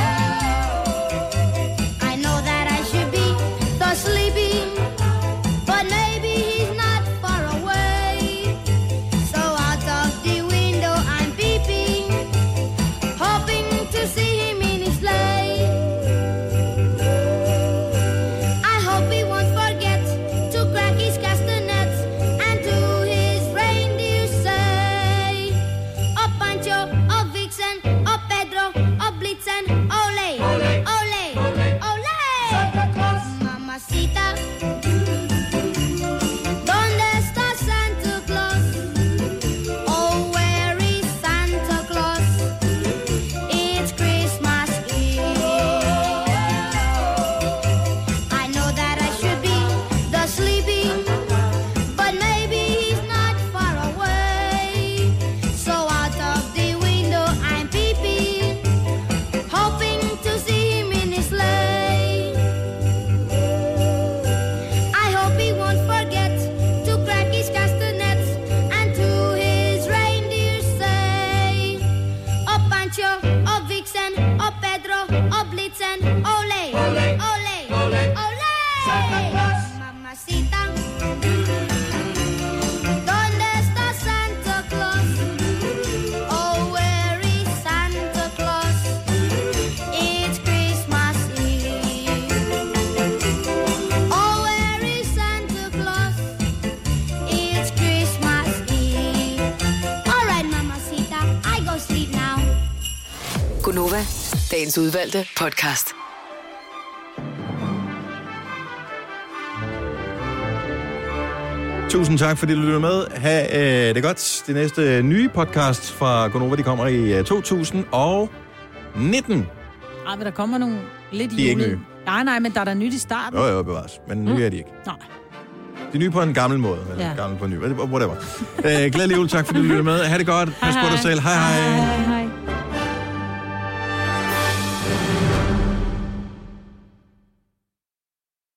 I know that I should be the sleepy, but maybe he's not far away. So out of the window I'm peeping, hoping to see him in his sleigh. I hope he won't forget to crack his castanets and to his reindeer say, oh Pancho, oh Vixen, oh Pedro, oh Blitzen, ole, ole, ole, ole. Santa Claus, Mamacita, ¿dónde está Santa Claus? Oh, where is Santa Claus? It's Christmas Eve. I know that I should be the sleepy, but maybe he's not far away. So out of the window I'm peeping, hoping to see him in his sleigh. I hope he won't forget to crack his castanets and to his reindeer say, oh Pancho, oh Vixen, oh Pedro, oh Blitzen, ole, ole, ole, ole, ole. Santa Claus, Mamacita, ¿dónde está Santa Claus? Oh, where is Santa Claus? It's Christmas Eve. Oh, where is Santa Claus? It's Christmas Eve. All right, Mamacita, I go sleep now. Gonova, dagens udvalgte podcast. Tusind tak, fordi du lytter med. Ha' det godt. Det næste nye podcast fra Gonova, de kommer i 2019. Ej, men der kommer nogle lidt De er ikke jule- nye. Nej, men der er der nyt i starten. Jo, bevares. Men nye er de ikke. Nej. De er nye på en gammel måde. Eller gammel på en ny. Whatever. Glædelig jul. Tak, fordi du lytter med. Ha' det godt. Pas på dig selv. Hej hej.